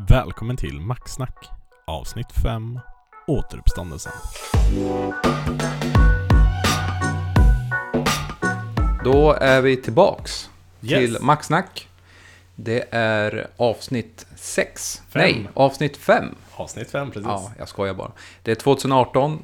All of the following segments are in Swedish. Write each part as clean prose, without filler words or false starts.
Välkommen till Maxsnack, avsnitt 5, återuppståndelsen. Då är vi tillbaks till Yes. Maxsnack. Det är avsnitt 6. Fem. Nej, avsnitt 5. Avsnitt 5, precis. Ja, jag skojar bara. Det är 2018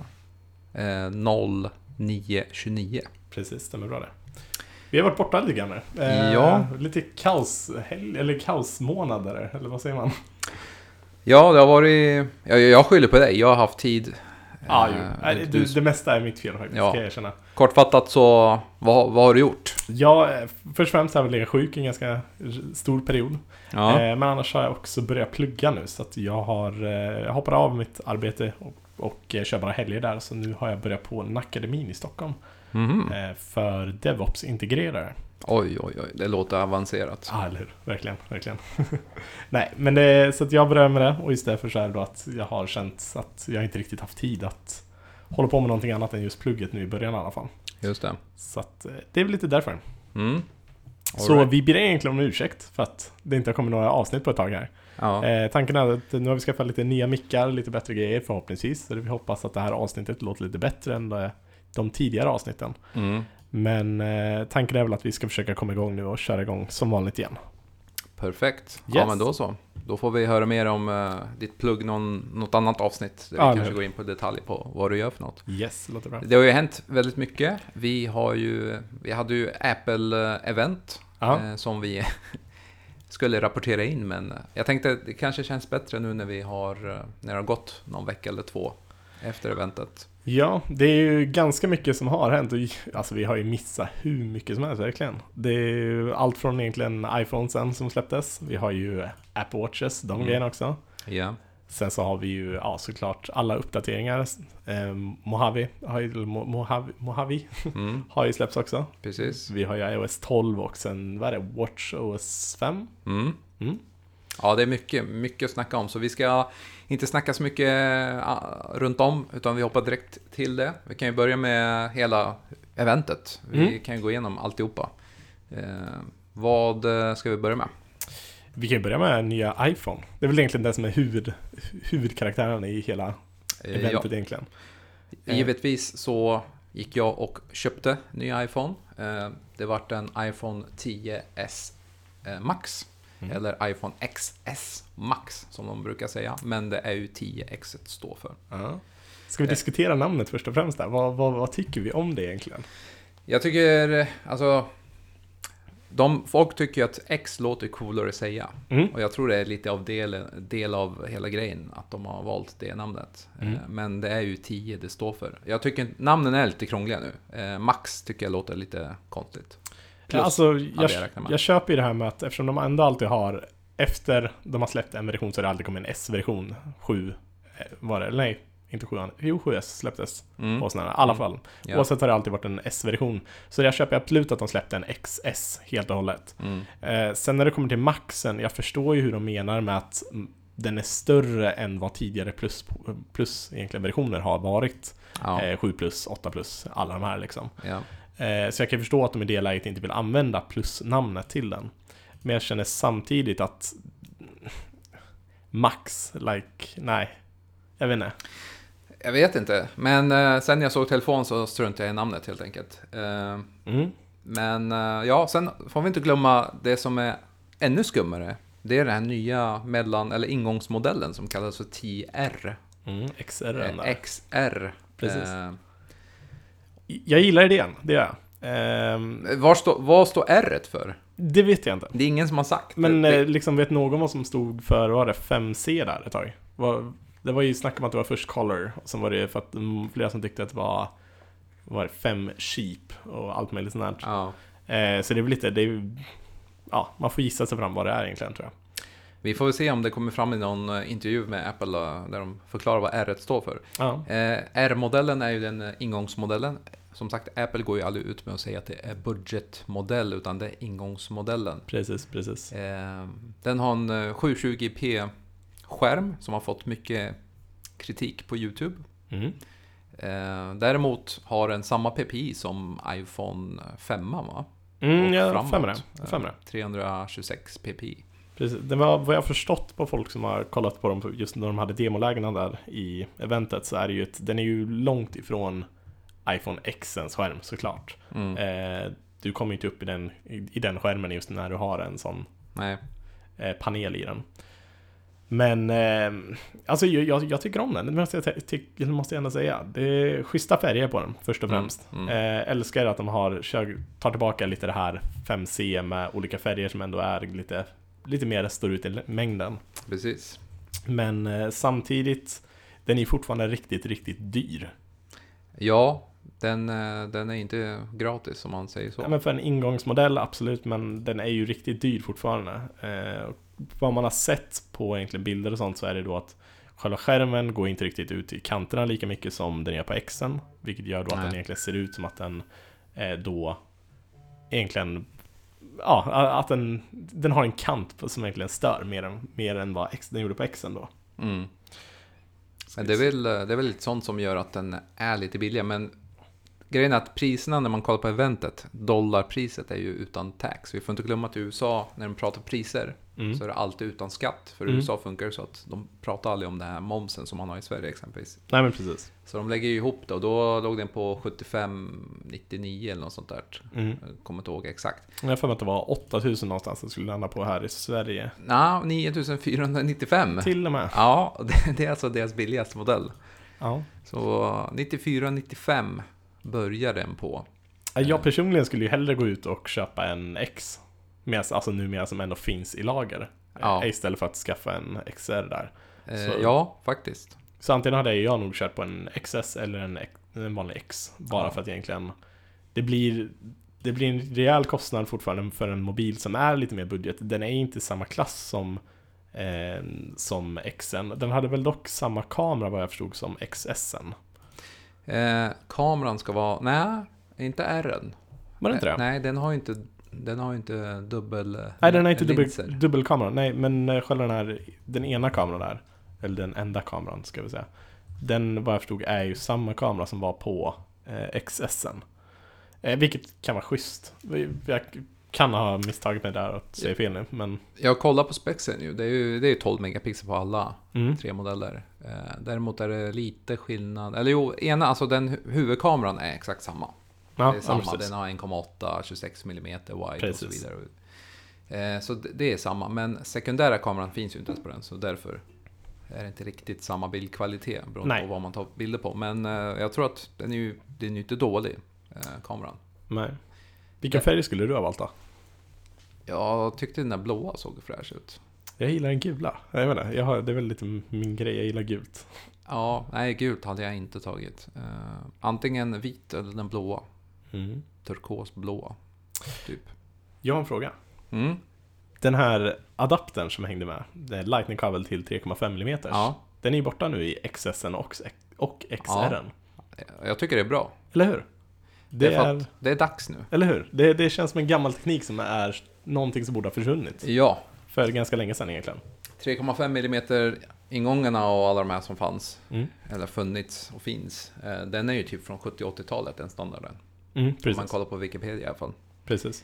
09:29. Precis, stämmer bra det. Vi har varit borta lite grann nu. Ja. Lite kaoshelg, eller kaosmånader, eller vad säger man? Ja, det har varit... Jag skyller på dig, jag har haft tid. Ja, det mesta är mitt fel faktiskt, Ja. ska jag erkänna. Kortfattat så, vad har du gjort? Jag, först och främst har jag legat sjuk i en ganska stor period. Ja. Men annars har jag också börjat plugga nu. Så att jag hoppar av mitt arbete och kör bara helger där. Så nu har jag börjat på Nackademin i Stockholm. Mhm. För DevOps-integrerare. Oj, det låter avancerat. Ja, eller hur? Verkligen. Nej, men så att jag börjar med det. Och just därför så är det då att jag har känt att jag inte riktigt haft tid att hålla på med någonting annat än just plugget nu i början i alla fall. Just det. Så att det är väl lite därför. Mm. Så vi ber egentligen om ursäkt för att det inte har kommit några avsnitt på ett tag här. Ja. Tanken är att nu har vi skaffat lite nya mickar, lite bättre grejer förhoppningsvis. Så vi hoppas att det här avsnittet låter lite bättre än de tidigare avsnitten. Mm. Men tanken är väl att vi ska försöka komma igång nu och köra igång som vanligt igen. Perfekt. Yes. Ja, men då så. Då får vi höra mer om ditt plugg något annat avsnitt. Där vi kanske går in på detaljer på vad du gör för något. Yes, låter bra. Det har ju hänt väldigt mycket. Vi hade ju Apple-event som vi skulle rapportera in. Men jag tänkte det kanske känns bättre nu när det har gått någon vecka eller två efter eventet. Ja, det är ju ganska mycket som har hänt. Alltså vi har ju missat hur mycket som helst verkligen. Det är ju allt från egentligen iPhonesen som släpptes. Vi har ju Apple Watches, de grejerna också. Ja. Sen så har vi ju såklart alla uppdateringar. Mojave har ju släppts också. Precis. Vi har ju iOS 12 och sen vad är det? WatchOS 5. Ja, det är mycket att snacka om. Så vi ska inte snacka så mycket runt om, utan vi hoppar direkt till det. Vi kan ju börja med hela eventet. Vi kan ju gå igenom alltihopa. Vad ska vi börja med? Vi kan ju börja med nya iPhone. Det är väl egentligen det som är huvudkaraktären i hela eventet egentligen. Givetvis så gick jag och köpte ny iPhone. Det vart en iPhone 10s Max. Eller iPhone XS Max som de brukar säga. Men det är ju 10X står för. Ska vi diskutera namnet först och främst där? Vad tycker vi om det egentligen? Jag tycker, alltså... Folk tycker att X låter coolare att säga. Och jag tror det är lite av del av hela grejen att de har valt det namnet. Men det är ju 10 det står för. Jag tycker namnen är lite krångliga nu. Max tycker jag låter lite konstigt. Alltså, jag köper ju det här med att eftersom de ändå alltid har, efter de har släppt en version så har det alltid kommit en S-version. 7 var det, nej, inte 7. Jo, 7S släpptes. Och sådana, i alla fall. Ja. Oavsett har det alltid varit en S-version. Så jag köper absolut att de släppte en XS helt och hållet. Sen när det kommer till Maxen, jag förstår ju hur de menar med att den är större än vad tidigare plus egentligen versioner har varit. 7 plus, 8 plus, alla de här liksom. Ja. Så jag kan förstå att de i det läget inte vill använda plus-namnet till den. Men jag känner samtidigt att Max, nej, jag vet inte. Jag vet inte, men sen jag såg telefon så struntade jag i namnet helt enkelt. Men ja, sen får vi inte glömma det som är ännu skummare. Det är den här nya eller ingångsmodellen som kallas för TR. XR. XR. Precis. Jag gillar idén, det gör jag. Vad står R för? Det vet jag inte. Det är ingen som har sagt. Men liksom vet någon vad som stod för, vad var det, 5C där ett tag? Det var ju snack om att det var först color. Och sen var det för att flera som tyckte att det var 5 sheep och allt möjligt sånt där. Ja. Så det är väl lite, man får gissa sig fram vad det är egentligen, tror jag. Vi får väl se om det kommer fram i någon intervju med Apple där de förklarar vad R står för. Ja. R-modellen är ju den ingångsmodellen. Som sagt, Apple går ju aldrig ut med att säga att det är budgetmodell, utan det är ingångsmodellen. Precis. Den har en 720p-skärm som har fått mycket kritik på YouTube. Däremot har den samma PPI som iPhone 5, va? Ja, 5 är det. 326 PPI. Precis. Det var vad jag förstått på folk som har kollat på dem just när de hade demolägena där i eventet, så är det ju den är ju långt ifrån iPhone X:ens skärm såklart. Du kommer inte upp i den skärmen just när du har en sån panel i den. Men alltså jag tycker om den. Det måste jag ändå säga. Det är schyssta färger på den först och främst. Älskar att de tar tillbaka lite det här 5C med olika färger som ändå är lite mer står ut i mängden. Precis. Men samtidigt den är fortfarande riktigt, riktigt dyr. Ja, den är inte gratis om man säger så. Ja, men för en ingångsmodell absolut, men den är ju riktigt dyr fortfarande. Vad man har sett på egentligen bilder och sånt, så är det då att själva skärmen går inte riktigt ut i kanterna lika mycket som den är på Xen, vilket gör då att den egentligen ser ut som att den då egentligen att den har en kant som egentligen stör mer än vad den gjorde på Xen då. Men det är väl lite sånt som gör att den är lite billig, men grejen är att priserna när man kollar på eventet, dollarpriset är ju utan tax. Vi får inte glömma att i USA, när de pratar priser, så är det alltid utan skatt. För USA funkar det så att de pratar aldrig om det här momsen som man har i Sverige exempelvis. Nej, men precis. Så de lägger ju ihop det, och då låg den på 75,99 eller något sånt där. Jag kommer inte ihåg exakt. Jag får att det var 8,000 någonstans som skulle landa på här i Sverige. 9,495. Till och med. Ja, det är alltså deras billigaste modell. Ja. Så 94,95 börjar den på. Jag personligen skulle ju hellre gå ut och köpa en X, alltså numera som ändå finns i lager, istället för att skaffa en XR där. Ja, faktiskt. Så antingen hade jag nog kört på en XS eller en vanlig X, bara för att egentligen det blir en rejäl kostnad fortfarande för en mobil som är lite mer budget. Den är inte samma klass som Xen. Den hade väl dock samma kamera vad jag förstod som XSen. Kameran ska vara... Nej, inte R:en. Var det inte det? Nej, den har ju inte dubbel... Nej, den har inte dubbelkamera. Nej, men själva den ena kameran där, eller den enda kameran ska vi säga, den vad jag förstod är ju samma kamera som var på XSen. Vilket kan vara schysst. Jag kan ha misstagit mig där och säga fel nu, men... Jag kollar på spexen ju. Det är ju 12 megapixel på alla 3 modeller. Däremot är det lite skillnad. Eller jo, alltså den huvudkameran är exakt samma. Ja, det är samma. Den har 1,8, 26 mm wide. Precis. Och så vidare. Så det är samma. Men sekundära kameran finns ju inte ens på den. Så därför är det inte riktigt samma bildkvalitet beroende på vad man tar bilder på. Men jag tror att den är ju inte dålig, kameran. Nej. Vilken färg skulle du ha valt då? Jag tyckte den där blåa såg fräsch ut. Jag gillar den gula. Jag vet inte, det är väl lite min grej, jag gillar gult. Ja, nej, gult hade jag inte tagit. Antingen vit eller den blåa. Turkosblåa, typ. Jag har en fråga. Den här adaptern som hängde med, det är lightning-kabel till 3,5 mm. Ja. Den är ju borta nu i XSen och XRen. Ja, jag tycker det är bra. Eller hur? Det är dags nu. Eller hur? Det känns som en gammal teknik som är någonting som borde ha försvunnit. Ja. För ganska länge sedan egentligen. 3,5 mm ingångarna och alla de här som fanns, eller funnits och finns, den är ju typ från 70-80-talet, den standarden. Om man kollar på Wikipedia i alla fall. Precis.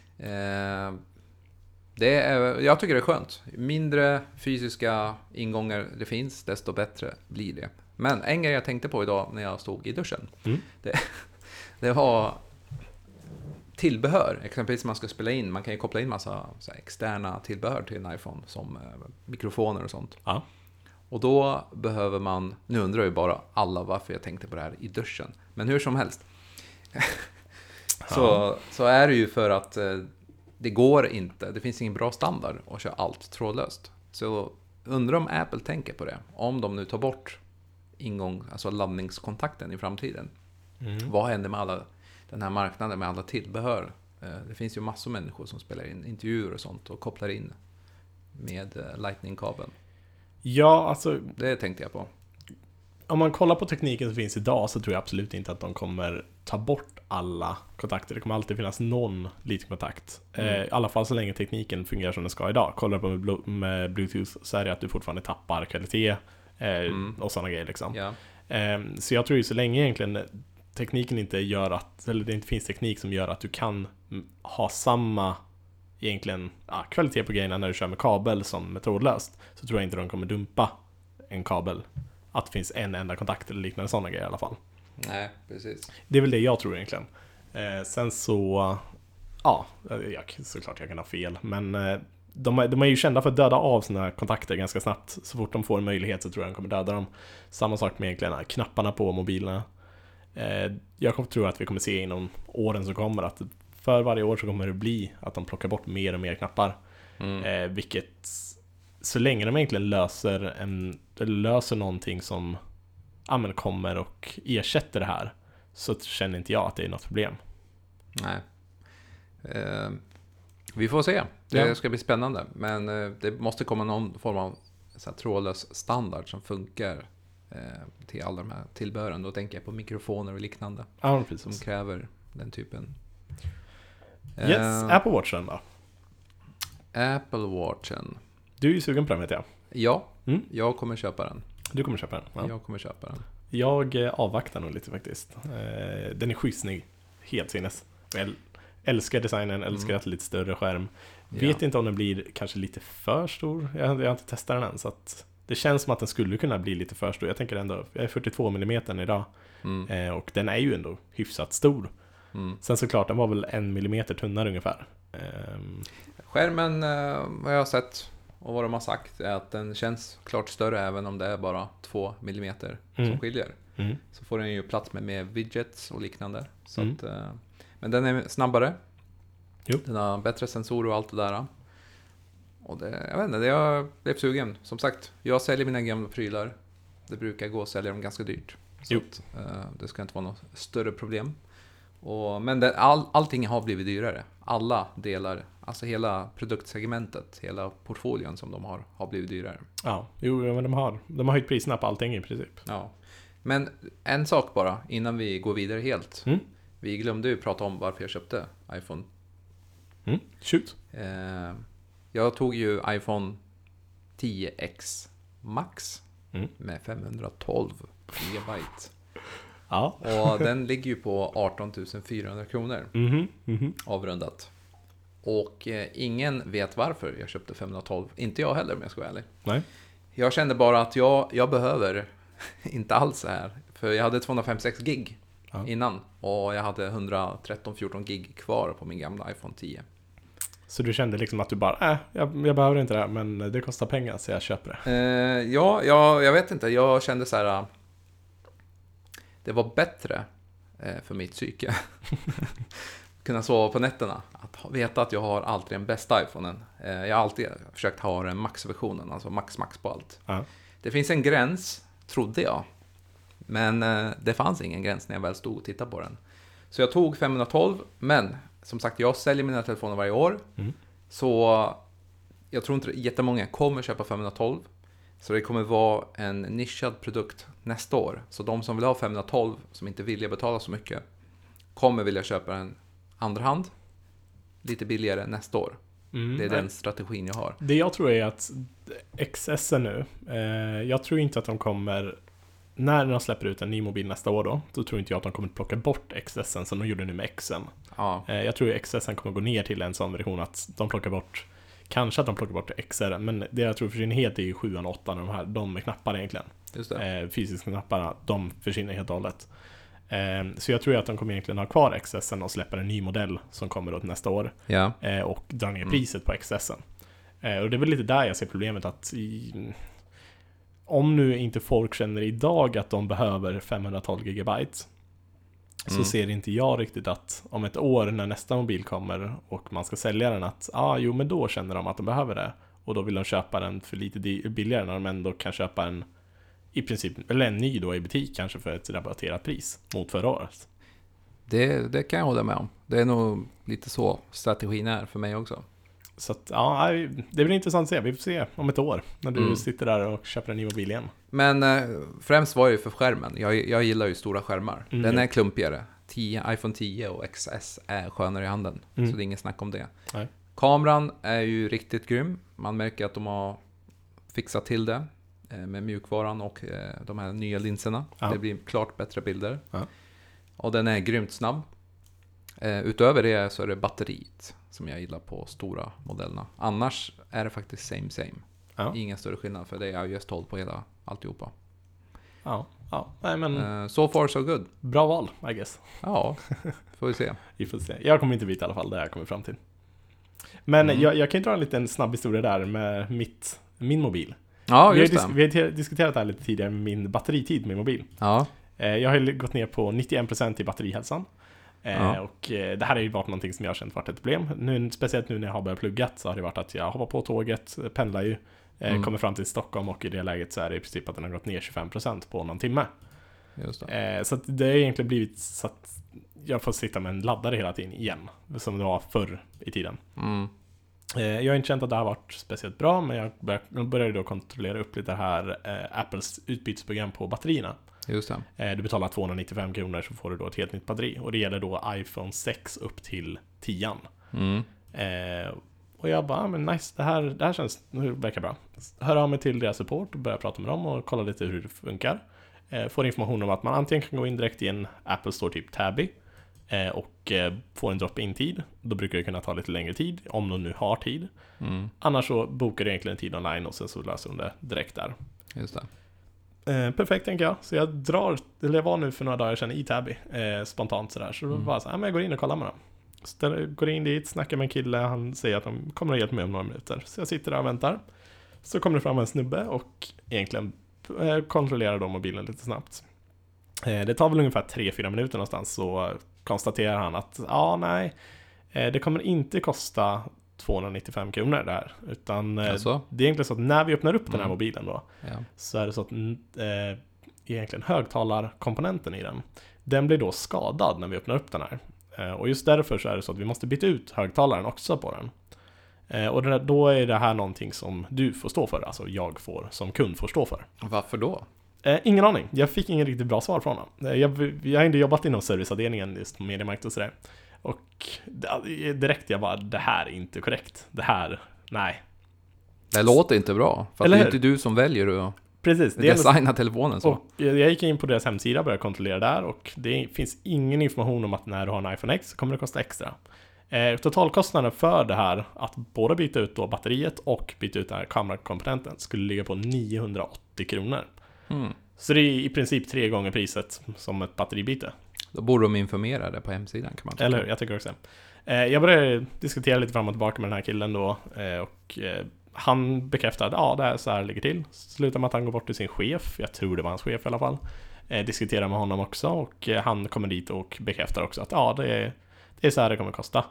Jag tycker det är skönt. Mindre fysiska ingångar det finns, desto bättre blir det. Men en grej jag tänkte på idag när jag stod i duschen, det var tillbehör. Exempelvis man ska spela in, man kan ju koppla in massa så här externa tillbehör till en iPhone som mikrofoner och sånt. Ja. Och då behöver man, nu undrar ju bara alla varför jag tänkte på det här i duschen. Men hur som helst. så är det ju för att det går inte, det finns ingen bra standard att köra allt trådlöst. Så undrar om Apple tänker på det. Om de nu tar bort alltså laddningskontakten i framtiden. Vad händer med den här marknaden med alla tillbehör? Det finns ju massor av människor som spelar in intervjuer och sånt och kopplar in med lightning-kabeln. Ja, alltså... Det tänkte jag på. Om man kollar på tekniken som finns idag så tror jag absolut inte att de kommer ta bort alla kontakter. Det kommer alltid finnas någon liten kontakt. I alla fall så länge tekniken fungerar som den ska idag. Kollar på med Bluetooth så är det att du fortfarande tappar kvalitet och sådana grejer liksom. Ja. Så jag tror ju så länge egentligen tekniken inte gör att, eller det inte finns teknik som gör att du kan ha samma egentligen kvalitet på grejerna när du kör med kabel som med trådlöst, så tror jag inte de kommer dumpa en kabel. Att det finns en enda kontakt eller liknande sådana grejer i alla fall. Nej, precis. Det är väl det jag tror egentligen. Sen så, ja, såklart jag kan ha fel, men de är ju kända för att döda av sina kontakter ganska snabbt. Så fort de får en möjlighet så tror jag de kommer döda dem. Samma sak med egentligen knapparna på mobilerna. Jag tror att vi kommer se inom åren som kommer att för varje år så kommer det bli att de plockar bort mer och mer knappar. Vilket, så länge de egentligen löser någonting som kommer och ersätter det här, så känner inte jag att det är något problem. Nej. Vi får se. Det ska bli spännande. Men det måste komma någon form av så här trådlös standard som funkar till alla de här tillbehören. Då tänker jag på mikrofoner och liknande. Ja, precis. Som kräver den typen. Yes, Apple Watchen då? Apple Watchen. Du är ju sugen på den, vet jag. Ja, jag kommer köpa den. Du kommer köpa den? Ja. Jag kommer köpa den. Jag avvaktar nog lite faktiskt. Den är skitsnygg. Helt sinnes. Jag älskar designen, älskar att det är lite större skärm. Vet inte om den blir kanske lite för stor. Jag har inte testat den än, så att det känns som att den skulle kunna bli lite för stor. Jag tänker ändå, jag är 42 mm idag. Och den är ju ändå hyfsat stor. Sen såklart, den var väl 1 millimeter tunnare ungefär. Skärmen, vad jag har sett och vad de har sagt, är att den känns klart större även om det är bara 2 millimeter som skiljer. Så får den ju plats med mer widgets och liknande. Så att, men den är snabbare. Den har bättre sensorer och allt det där. Och det, jag vet inte, jag blev sugen. Som sagt, jag säljer mina gamla prylar. Det brukar gå att sälja dem ganska dyrt. Så att, det ska inte vara något större problem. Men allting har blivit dyrare. Alla delar, alltså hela produktsegmentet, hela portföljen som de har blivit dyrare. Ja, men de har höjt priserna på allting i princip. Ja. Men en sak bara, innan vi går vidare helt. Vi glömde ju prata om varför jag köpte iPhone. Shoot. Jag tog ju iPhone 10X Max med 512 gigabyte. Ja. Och den ligger ju på 18 400 kronor avrundat. Och ingen vet varför jag köpte 512. Inte jag heller, om jag ska vara ärlig. Nej. Jag kände bara att jag behöver inte alls så här. För jag hade 256 gig innan. Och jag hade 113-14 gig kvar på min gamla iPhone 10. Så du kände liksom att du bara, jag behöver inte det här, men det kostar pengar så jag köper det. Jag vet inte. Jag kände så här. Det var bättre för mitt psyke. Kunna sova på nätterna. Att veta att jag har alltid den bästa iPhonen. Jag har alltid försökt ha den max-versionen. Alltså max på allt. Det finns en gräns, trodde jag. Men det fanns ingen gräns när jag väl stod och tittade på den. Så jag tog 512. Men som sagt, jag säljer mina telefoner varje år. Så jag tror inte jättemånga kommer köpa 512. Så det kommer vara en nischad produkt nästa år. Så de som vill ha 512, som inte vill betala så mycket, kommer vilja köpa en andra hand lite billigare nästa år. Det är den strategin jag har. Det jag tror är att XS nu, jag tror inte att de kommer, när de släpper ut en ny mobil nästa år då tror inte jag att de kommer plocka bort XS som de gjorde nu med XM. Jag tror att XS kommer gå ner till en sån version att de plockar bort, kanske att de plockar bort XR, men det jag tror försvinner helt är ju 7 och 8, de med knappar egentligen. Just det. Fysiska knapparna, de försvinner helt och hållet. Så jag tror att de kommer egentligen ha kvar XSen och släpper en ny modell som kommer då nästa år. Och dra ner priset på XSen. Och det är väl lite där jag ser problemet, att om nu inte folk känner idag att de behöver 512 gigabyte, så ser inte jag riktigt att om ett år när nästa mobil kommer och man ska sälja den, att men då känner de att de behöver det. Och då vill de köpa den för lite billigare när de ändå kan köpa en i princip, eller en ny då i butik kanske för ett rabatterat pris mot förra året. Det kan jag hålla med om. Det är nog lite så strategin är för mig också. Så att, det blir intressant att se. Vi får se om ett år när du sitter där och köper en ny mobil igen. Men främst var det ju för skärmen. Jag gillar ju stora skärmar. Den är klumpigare. iPhone 10 och XS är skönare i handen. Så det är ingen snack om det. Nej. Kameran är ju riktigt grym. Man märker att de har fixat till det med mjukvaran och de här nya linserna. Det blir klart bättre bilder. Och den är grymt snabb. Utöver det så är det batteriet som jag gillar på stora modellerna. Annars är det faktiskt same. Ja. Ingen större skillnad, för det är iOS 12 på hela alltihopa. Ja. Nej, men So far so good. bra val, I guess. Ja, får vi se. Vi får se. Jag kommer inte byta i alla fall, det jag kommer fram till. Men jag kan ju dra en liten snabb historia där med min mobil. Ja, just det. Vi har diskuterat det här lite tidigare med min batteritid med min mobil. Ja. Jag har ju gått ner på 91% i batterihälsan. Ja. Och det här har ju varit någonting som jag har känt varit ett problem. Speciellt nu när jag har börjat plugga så har det varit att jag hoppar på tåget, pendlar ju, kommer fram till Stockholm, och i det läget så är det i princip att den har gått ner 25% på någon timme. Just det. Så att det har egentligen blivit så att jag får sitta med en laddare hela tiden igen, som det var förr i tiden. Jag har inte känt att det har varit speciellt bra, men jag började då kontrollera upp lite här Apples utbytesprogram på batterierna. Just det. Du betalar 295 kronor så får du då ett helt nytt batteri, och det gäller då iPhone 6 upp till 10. Och jag bara, men nice, det här känns, det verkar bra. Hör av mig till deras support och börjar prata med dem och kolla lite hur det funkar. Får information om att man antingen kan gå in direkt i en Apple Store typ Tabby och få en drop-in-tid. Då brukar det kunna ta lite längre tid, om de nu har tid. Annars så bokar du egentligen en tid online och sen så löser de det direkt där. Just det. Perfekt, tänker jag. Så jag var nu för några dagar sedan i Tabby spontant sådär. Så då var så här, men jag går in och kollar med dem. Går in dit, snackar med en kille. Han säger att de kommer att hjälpa mig om några minuter. Så jag sitter där och väntar. Så kommer det fram en snubbe och egentligen kontrollerar då mobilen lite snabbt. Det tar väl ungefär 3-4 minuter någonstans, så konstaterar han att det kommer inte kosta 295 kronor där, utan det är egentligen så att när vi öppnar upp den här mobilen då, så är det så att egentligen högtalarkomponenten i den blir då skadad när vi öppnar upp den här. Och just därför så är det så att vi måste byta ut högtalaren också på den. Och då är det här någonting som du får stå för, alltså jag som kund får stå för. Varför då? Ingen aning, jag fick ingen riktigt bra svar från honom. Jag har inte jobbat inom serviceavdelningen just på Mediamarkt och sådär. Och direkt jag bara, det här är inte korrekt. Det här, nej. Det låter inte bra, för det är inte du som väljer att designa telefonen så. Och jag gick in på deras hemsida och började kontrollera där, och det finns ingen information om att när du har en iPhone X så kommer det kosta extra. Totalkostnaden för det här, att både byta ut då batteriet och byta ut den här kamerakomponenten, skulle ligga på 980 kronor. Så det är i princip 3 gånger priset som ett batteribyte. Då borde de informera det på hemsidan, kan man tycka. Eller hur, jag tycker också. Jag började diskutera lite fram och tillbaka med den här killen då, och han bekräftade att det här så här ligger till. Slutar med att han går bort till sin chef, jag tror det var hans chef i alla fall, diskuterar med honom också, och han kommer dit och bekräftar också att det är så här det kommer kosta.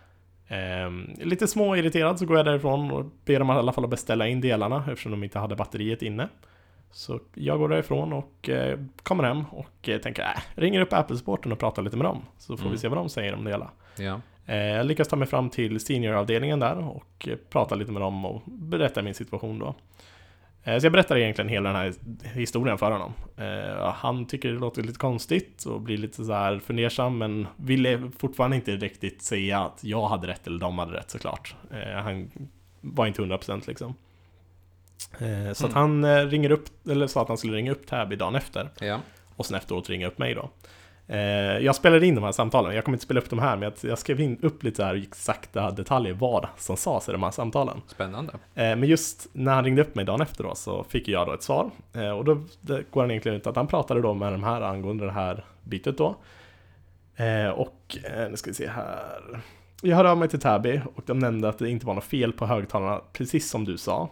Lite små irriterad så går jag därifrån och ber dem i alla fall att beställa in delarna, eftersom de inte hade batteriet inne. Så jag går därifrån och kommer hem och tänker, ringer upp Apple-supporten och pratar lite med dem, så får vi se vad de säger om det hela. Ja. Jag lyckas ta mig fram till senioravdelningen där och prata lite med dem och berätta min situation då. Så jag berättar egentligen hela den här historien för honom. Han tycker det låter lite konstigt och blir lite så här fundersam, men ville fortfarande inte riktigt säga att jag hade rätt eller de hade rätt, såklart. Han var inte 100% liksom. Så att han ringer upp, eller sa att han skulle ringa upp Tabby dagen efter. Ja. Och sen efteråt ringa upp mig då. Jag spelade in de här samtalen. Jag kommer inte spela upp de här, men jag skrev in upp lite så här exakta detaljer vad som sades i de här samtalen. Spännande. Men just när han ringde upp mig dagen efter då, så fick jag då ett svar. Och då går han egentligen ut att han pratade då med de här angående det här bytet då. Och nu ska vi se här. Jag hörde av mig till Tabby och de nämnde att det inte var något fel på högtalarna, precis som du sa.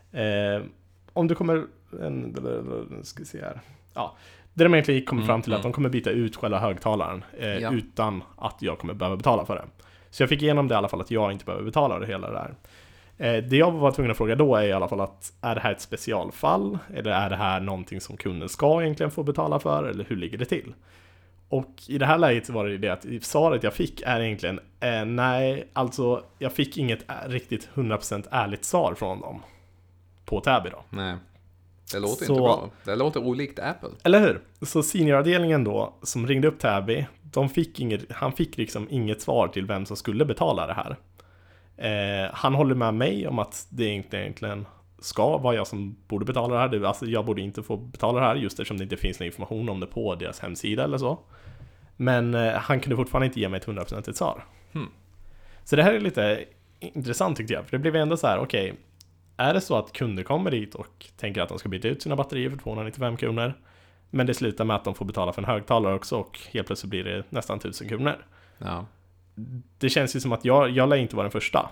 Om du kommer... ska vi se här. Ja. Det de egentligen kommer fram till att de kommer byta ut själva högtalaren utan att jag kommer behöva betala för det. Så jag fick igenom det i alla fall, att jag inte behöver betala det hela där. Det jag var tvungen att fråga då är i alla fall att, är det här ett specialfall? Eller är det här någonting som kunden ska egentligen få betala för? Eller hur ligger det till? Och i det här läget var det att svaret jag fick är egentligen nej, alltså jag fick inget riktigt 100% ärligt svar från dem på Tabby då. Nej. Det låter inte bra. Det låter olikt Apple. Eller hur? Så senioravdelningen då, som ringde upp Tabby, han fick liksom inget svar till vem som skulle betala det här. Han håller med mig om att det inte egentligen ska vara jag som borde betala det här. Alltså jag borde inte få betala det här, just eftersom det inte finns någon information om det på deras hemsida eller så. Men han kunde fortfarande inte ge mig ett 100% svar. Så det här är lite intressant tyckte jag. För det blev ändå så här, okej, är det så att kunder kommer dit och tänker att de ska byta ut sina batterier för 295 kronor, men det slutar med att de får betala för en högtalare också och helt plötsligt blir det nästan 1000 kronor. Ja. Det känns ju som att jag lär inte vara den första.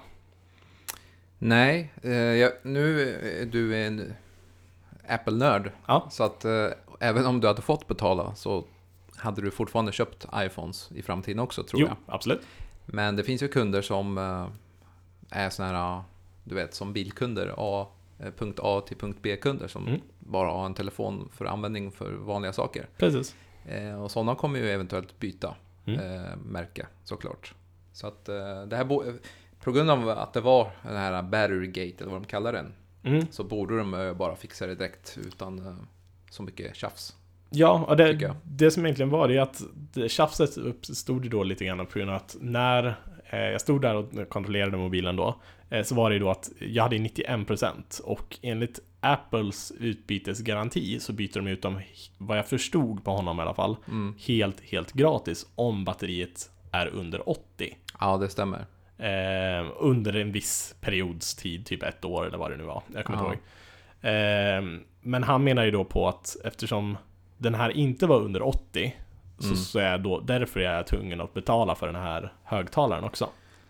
Nej, nu är du en Apple-nörd. Ja. Så att även om du hade fått betala så hade du fortfarande köpt iPhones i framtiden också, tror jag. Absolut. Men det finns ju kunder som är såna här, du vet, som bilkunder, punkt A till punkt B-kunder som bara har en telefon för användning för vanliga saker. Precis. Och sådana kommer ju eventuellt byta märke, såklart. Så att det här på grund av att det var den här Batterygate, eller vad de kallar den, så borde de bara fixa det direkt utan så mycket tjafs. Ja, och det som egentligen var det är att tjafset uppstod ju då lite grann på grund av att när jag stod där och kontrollerade mobilen då, så var det ju då att jag hade 91% och enligt Apples utbytesgaranti så byter de ut dem, vad jag förstod på honom i alla fall, helt gratis om batteriet är under 80. Ja, det stämmer. Under en viss periodstid, typ 1 år eller vad det nu var, jag kommer inte ihåg. Men han menar ju då på att eftersom den här inte var under 80 så är då därför är jag tvungen att betala för den här högtalaren också.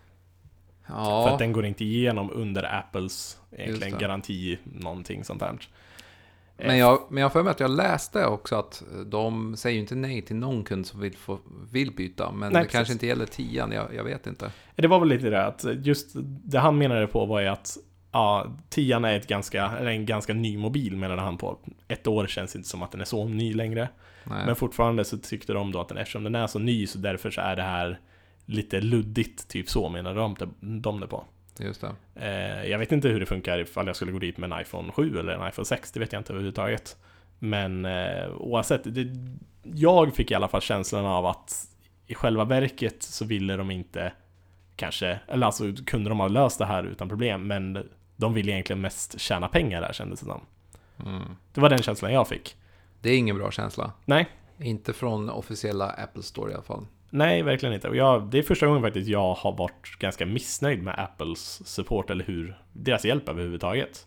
Ja. För att den går inte igenom under Apples egentligen garanti, någonting sånt där. Men jag för mig att jag läste också att de säger ju inte nej till någon kund som vill byta. Men nej, det kanske inte gäller 10, jag vet inte. Det var väl lite det att just det han menade på var ju att 10 är en ganska ny mobil, menade han på. 1 år känns inte som att den är så ny längre. Nej. Men fortfarande så tyckte de då att eftersom den är så ny så därför så är det här lite luddigt, typ så menade de det på. Just det. Jag vet inte hur det funkar ifall jag skulle gå dit med en iPhone 7 eller en iPhone 6, det vet jag inte överhuvudtaget. Men oavsett, jag fick i alla fall känslan av att i själva verket så ville de inte kanske, eller alltså kunde de ha löst det här utan problem, men de ville egentligen mest tjäna pengar där, kändes det som. Det var den känslan jag fick. Det är ingen bra känsla. Nej. Inte från officiella Apple Store i alla fall. Nej, verkligen inte. Och det är första gången faktiskt jag har varit ganska missnöjd med Apples support eller deras hjälp överhuvudtaget.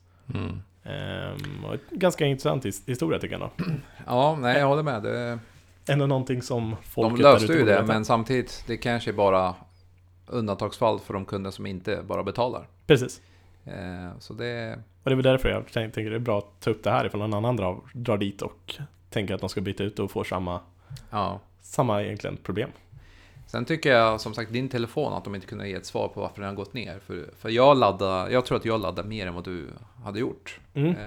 Och ett ganska intressant historia tycker jag då. Ja, nej, jag håller med. Det ändå någonting som folk... De löste ju det, men samtidigt, det kanske är bara undantagsfall för de kunder som inte bara betalar. Precis. Så det... Och det är väl därför jag tänker det är bra att ta upp det här ifall någon annan drar dit och tänker att de ska byta ut och få samma egentligen problem. Sen tycker jag som sagt din telefon att de inte kunde ge ett svar på varför den har gått ner. För jag tror att jag laddar mer än vad du hade gjort.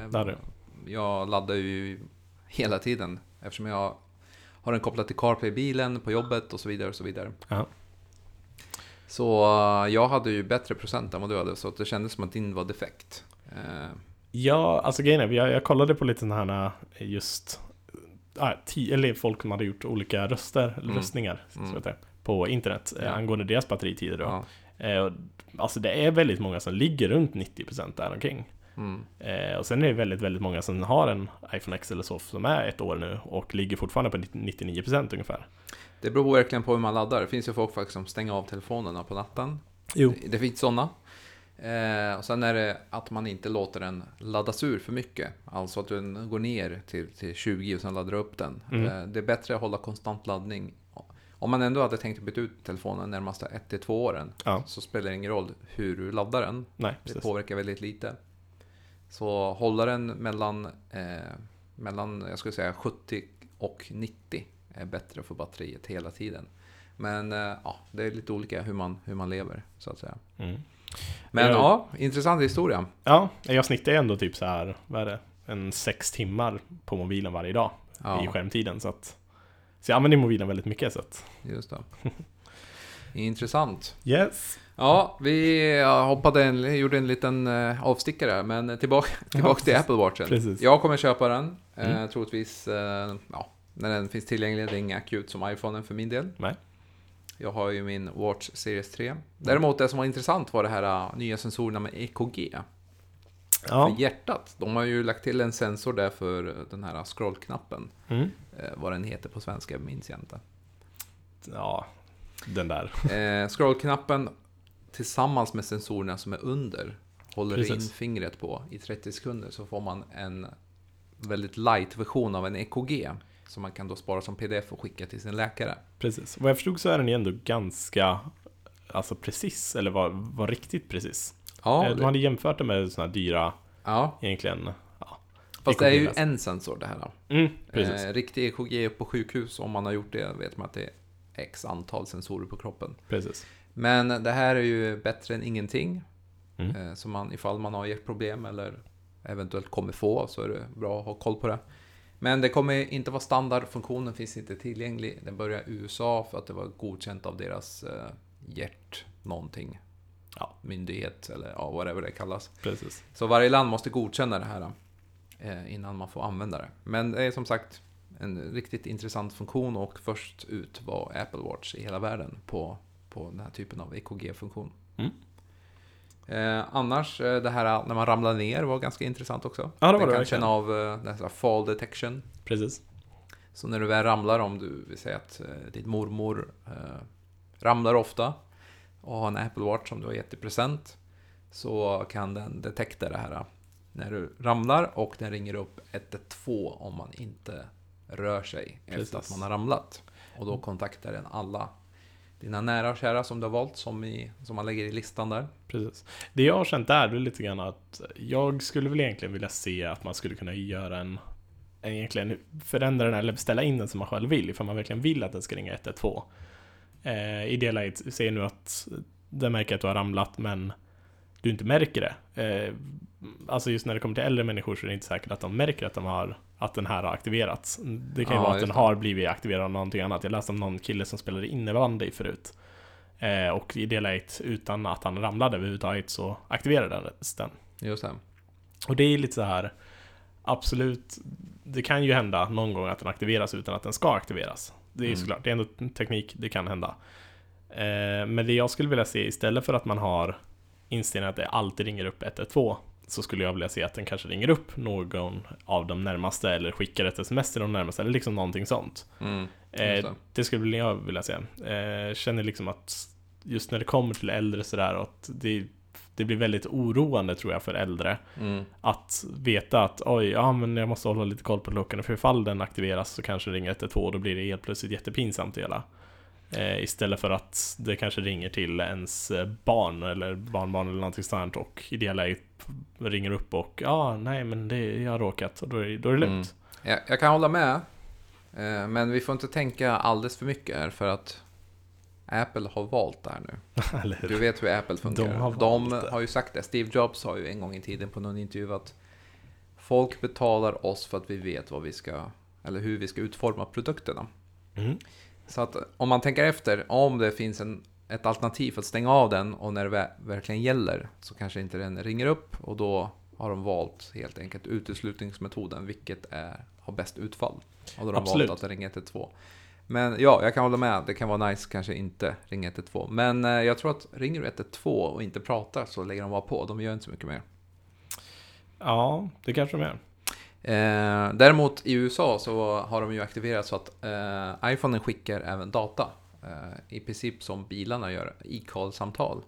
Jag laddar ju hela tiden eftersom jag har den kopplad till CarPlay i bilen, på jobbet och så vidare och så vidare. Så jag hade ju bättre procent än vad du hade, så att det kändes som att din var defekt. Ja, alltså grejen är, jag kollade på lite sådana här just eller folk som hade gjort olika röstningar på internet angående deras batteritider då. Alltså det är väldigt många som ligger runt 90% där omkring. Och sen är det väldigt, väldigt många som har en iPhone X eller så som är 1 år nu och ligger fortfarande på 99% ungefär. Det beror verkligen på hur man laddar. Det finns ju folk faktiskt som stänger av telefonerna på natten. Jo. Det finns sådana. Och sen är det att man inte låter den laddas ur för mycket. Alltså att den går ner till 20 och sen laddar upp den. Det är bättre att hålla konstant laddning. Om man ändå hade tänkt att byta ut telefonen närmaste 1-2 åren så spelar det ingen roll hur du laddar den. Nej, det påverkar väldigt lite. Så hålla den mellan jag skulle säga 70 och 90 är bättre för batteriet hela tiden. Men det är lite olika hur man lever så att säga. Men intressant historia. Ja, jag snittar ändå typ så här, vad är det? 6 timmar på mobilen varje dag i skärmtiden så jag använder mobilen väldigt mycket så att. Just det. Intressant. Yes. Ja, vi gjorde en liten avstickare, men tillbaka till Apple Watchen. Precis. Jag kommer köpa den troligtvis när den finns tillgänglig. Det är inga akut som iPhonen för min del. Nej. Jag har ju min Watch Series 3. Däremot det som var intressant var det här nya sensorerna med EKG. För hjärtat. De har ju lagt till en sensor där för den här scrollknappen. Vad den heter på svenska minns jag inte. Ja, den där. Scrollknappen tillsammans med sensorerna som är under håller Precis. in fingret på i 30 sekunder, så får man en väldigt light version av en EKG som man kan då spara som pdf och skicka till sin läkare. Precis. Vad jag förstod så är den ju ändå ganska precis, eller var riktigt precis. Ja, De hade jämfört det med såna här dyra, egentligen. Fast det är ju en sensor det här då. Precis. Riktig EKG på sjukhus, om man har gjort det, vet man att det är x antal sensorer på kroppen. Precis. Men det här är ju bättre än ingenting. Så ifall man har hjärtproblem eller eventuellt kommer få, så är det bra att ha koll på det. Men det kommer inte vara standardfunktionen, finns inte tillgänglig. Den börjar i USA för att det var godkänt av deras någonting. Myndighet eller whatever det kallas. Precis. Så varje land måste godkänna det här innan man får använda det. Men det är som sagt en riktigt intressant funktion, och först ut var Apple Watch i hela världen på den här typen av EKG-funktion. Annars, det här när man ramlar ner var ganska intressant också. Ja, det var den det kan verkligen. känna av den här fall detection. Precis. Så när du väl ramlar, om du vill säga att din mormor ramlar ofta och har en Apple Watch som du har gett i present, så kan den detekta det här när du ramlar, och den ringer upp 112 om man inte rör sig efter att man har ramlat. Och då kontaktar den alla dina nära och kära som du har valt, som man lägger i listan där. Precis. Det jag har känt där är lite grann att jag skulle väl egentligen vilja se att man skulle kunna göra egentligen förändra den eller ställa in den som man själv vill, ifall man verkligen vill att den ska ringa 112. I det läget ser nu att den märker att du har ramlat, men du inte märker det. Alltså just när det kommer till äldre människor så är det inte säkert att de märker att den här har aktiverats. Det kan ju vara att den har blivit aktiverad av någonting annat. Jag läste om någon kille som spelade innebandy förut. Och i det läget, utan att han ramlade överhuvudtaget, så aktiverades den. Just det. Och det är lite så här, absolut, det kan ju hända någon gång att den aktiveras utan att den ska aktiveras. Det är såklart, det är ändå teknik, det kan hända. Men det jag skulle vilja se, istället för att man har inställningen att det alltid ringer upp 112, så skulle jag vilja se att den kanske ringer upp någon av de närmaste, eller skickar ett sms till de närmaste, eller liksom någonting sånt. Det skulle jag vilja se. Känner liksom att just när det kommer till äldre sådär, att det blir väldigt oroande, tror jag, för äldre att veta att men jag måste hålla lite koll på klockan, för ifall den aktiveras så kanske ringer 112, och då blir det helt plötsligt jättepinsamt hela. Istället för att det kanske ringer till ens barn eller barnbarn eller någonting sånt, och i det läget ringer upp och nej, men jag har råkat, och då är det lugnt. Jag kan hålla med, men vi får inte tänka alldeles för mycket här, för att Apple har valt det här nu. Du vet hur Apple funkar. De har ju sagt det. Steve Jobs har ju en gång i tiden på någon intervju att folk betalar oss för att vi vet hur vi ska utforma produkterna. Så att om man tänker efter, om det finns ett alternativ för att stänga av den, och när det verkligen gäller, så kanske inte den ringer upp, och då har de valt helt enkelt uteslutningsmetoden, vilket har bäst utfall. Och då har de valt att den ringer 112. Men jag kan hålla med, det kan vara nice kanske inte ringa 112. Men jag tror att ringer du 112 och inte pratar, så lägger de bara på. De gör inte så mycket mer. Ja, det kanske de är. Däremot i USA så har de ju aktiverat så att iPhonen skickar även data. I princip som bilarna gör, e-call-samtal.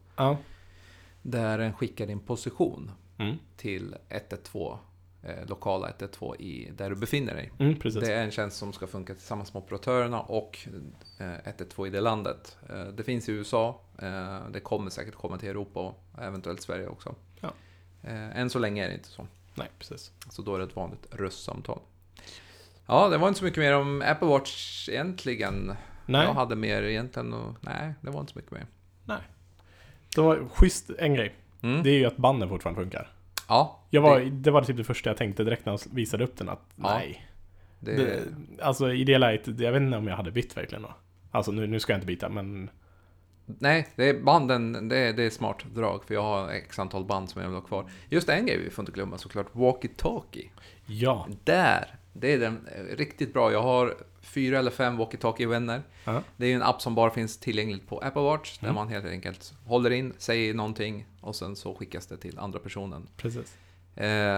Där den skickar din position till 112. Lokala 112 där du befinner dig. Det är en tjänst som ska funka tillsammans med operatörerna och 112 i det landet. Det finns i USA. Det kommer säkert komma till Europa och eventuellt Sverige också. Än så länge är det inte så. Nej, precis. Så då är det ett vanligt röstsamtal. Ja, det var inte så mycket mer om Apple Watch egentligen. Nej. Jag hade mer egentligen. Nej, det var inte så mycket mer. Nej. Det var schysst en grej. Det är ju att banden fortfarande funkar. Ja. Det var typ det första jag tänkte direkt när de visade upp den, att nej. Alltså i det läget, jag vet inte om jag hade bytt verkligen då. Alltså nu ska jag inte byta, men nej, det är banden, det är smart drag, för jag har x antal band som jag vill ha kvar. Just en grej vi får inte glömma, såklart, walkie-talkie. Ja. Det är den riktigt bra. Jag har 4 eller 5 walkie-talkie-vänner. Det är ju en app som bara finns tillgängligt på Apple Watch, där man helt enkelt håller in, säger någonting, och sen så skickas det till andra personen. Precis.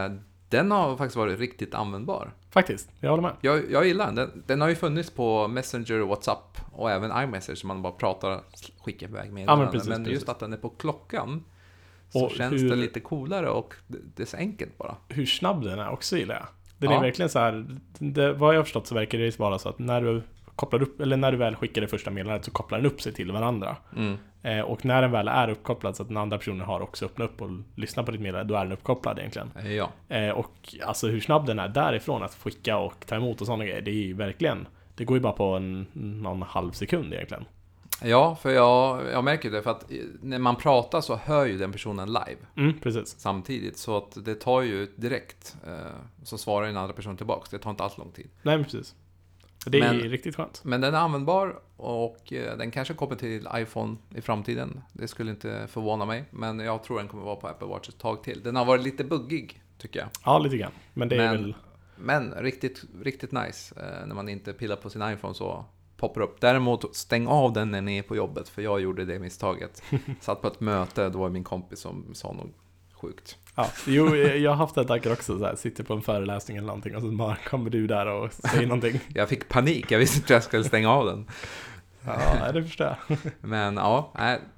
Den har faktiskt varit riktigt användbar. Faktiskt, jag håller med. Jag gillar den. Den har ju funnits på Messenger och WhatsApp och även iMessage som man bara pratar, skickar iväg med. Men just precis. att den är på klockan så och känns det lite coolare och det är så enkelt bara. Hur snabb den är också gillar jag. Den är verkligen så här, vad jag har förstått så verkar det vara så att när du kopplar upp, eller när du väl skickar det första meddelandet så kopplar den upp sig till varandra. Och när den väl är uppkopplad så att den andra personen har också öppnat upp och lyssnat på ditt meddelande, då är den uppkopplad egentligen. Ja. Och alltså hur snabb den är därifrån att skicka och ta emot och sådana grejer, det är ju verkligen, det går ju bara på någon halv sekund egentligen. Ja, för jag märker det, för att när man pratar så hör ju den personen live. Precis. Samtidigt, så att det tar ju direkt, så svarar den andra personen tillbaka. Det tar inte alls lång tid. Nej, men precis. Det är riktigt skönt. Men den är användbar och den kanske kommer till iPhone i framtiden. Det skulle inte förvåna mig, men jag tror den kommer vara på Apple Watch ett tag till. Den har varit lite buggig, tycker jag. Ja, lite grann. Men det är väl... Men riktigt, riktigt nice. När man inte pillar på sin iPhone så poppar upp. Däremot stäng av den när ni är på jobbet, för jag gjorde det misstaget. Satt på ett möte, då var min kompis som sa något sjukt. Ja, jo, jag har haft det tankar också, så här, sitter på en föreläsning eller någonting och så bara kommer du där och säger någonting. Jag fick panik, jag visste inte att jag skulle stänga av den. Ja, det förstår jag. Men ja,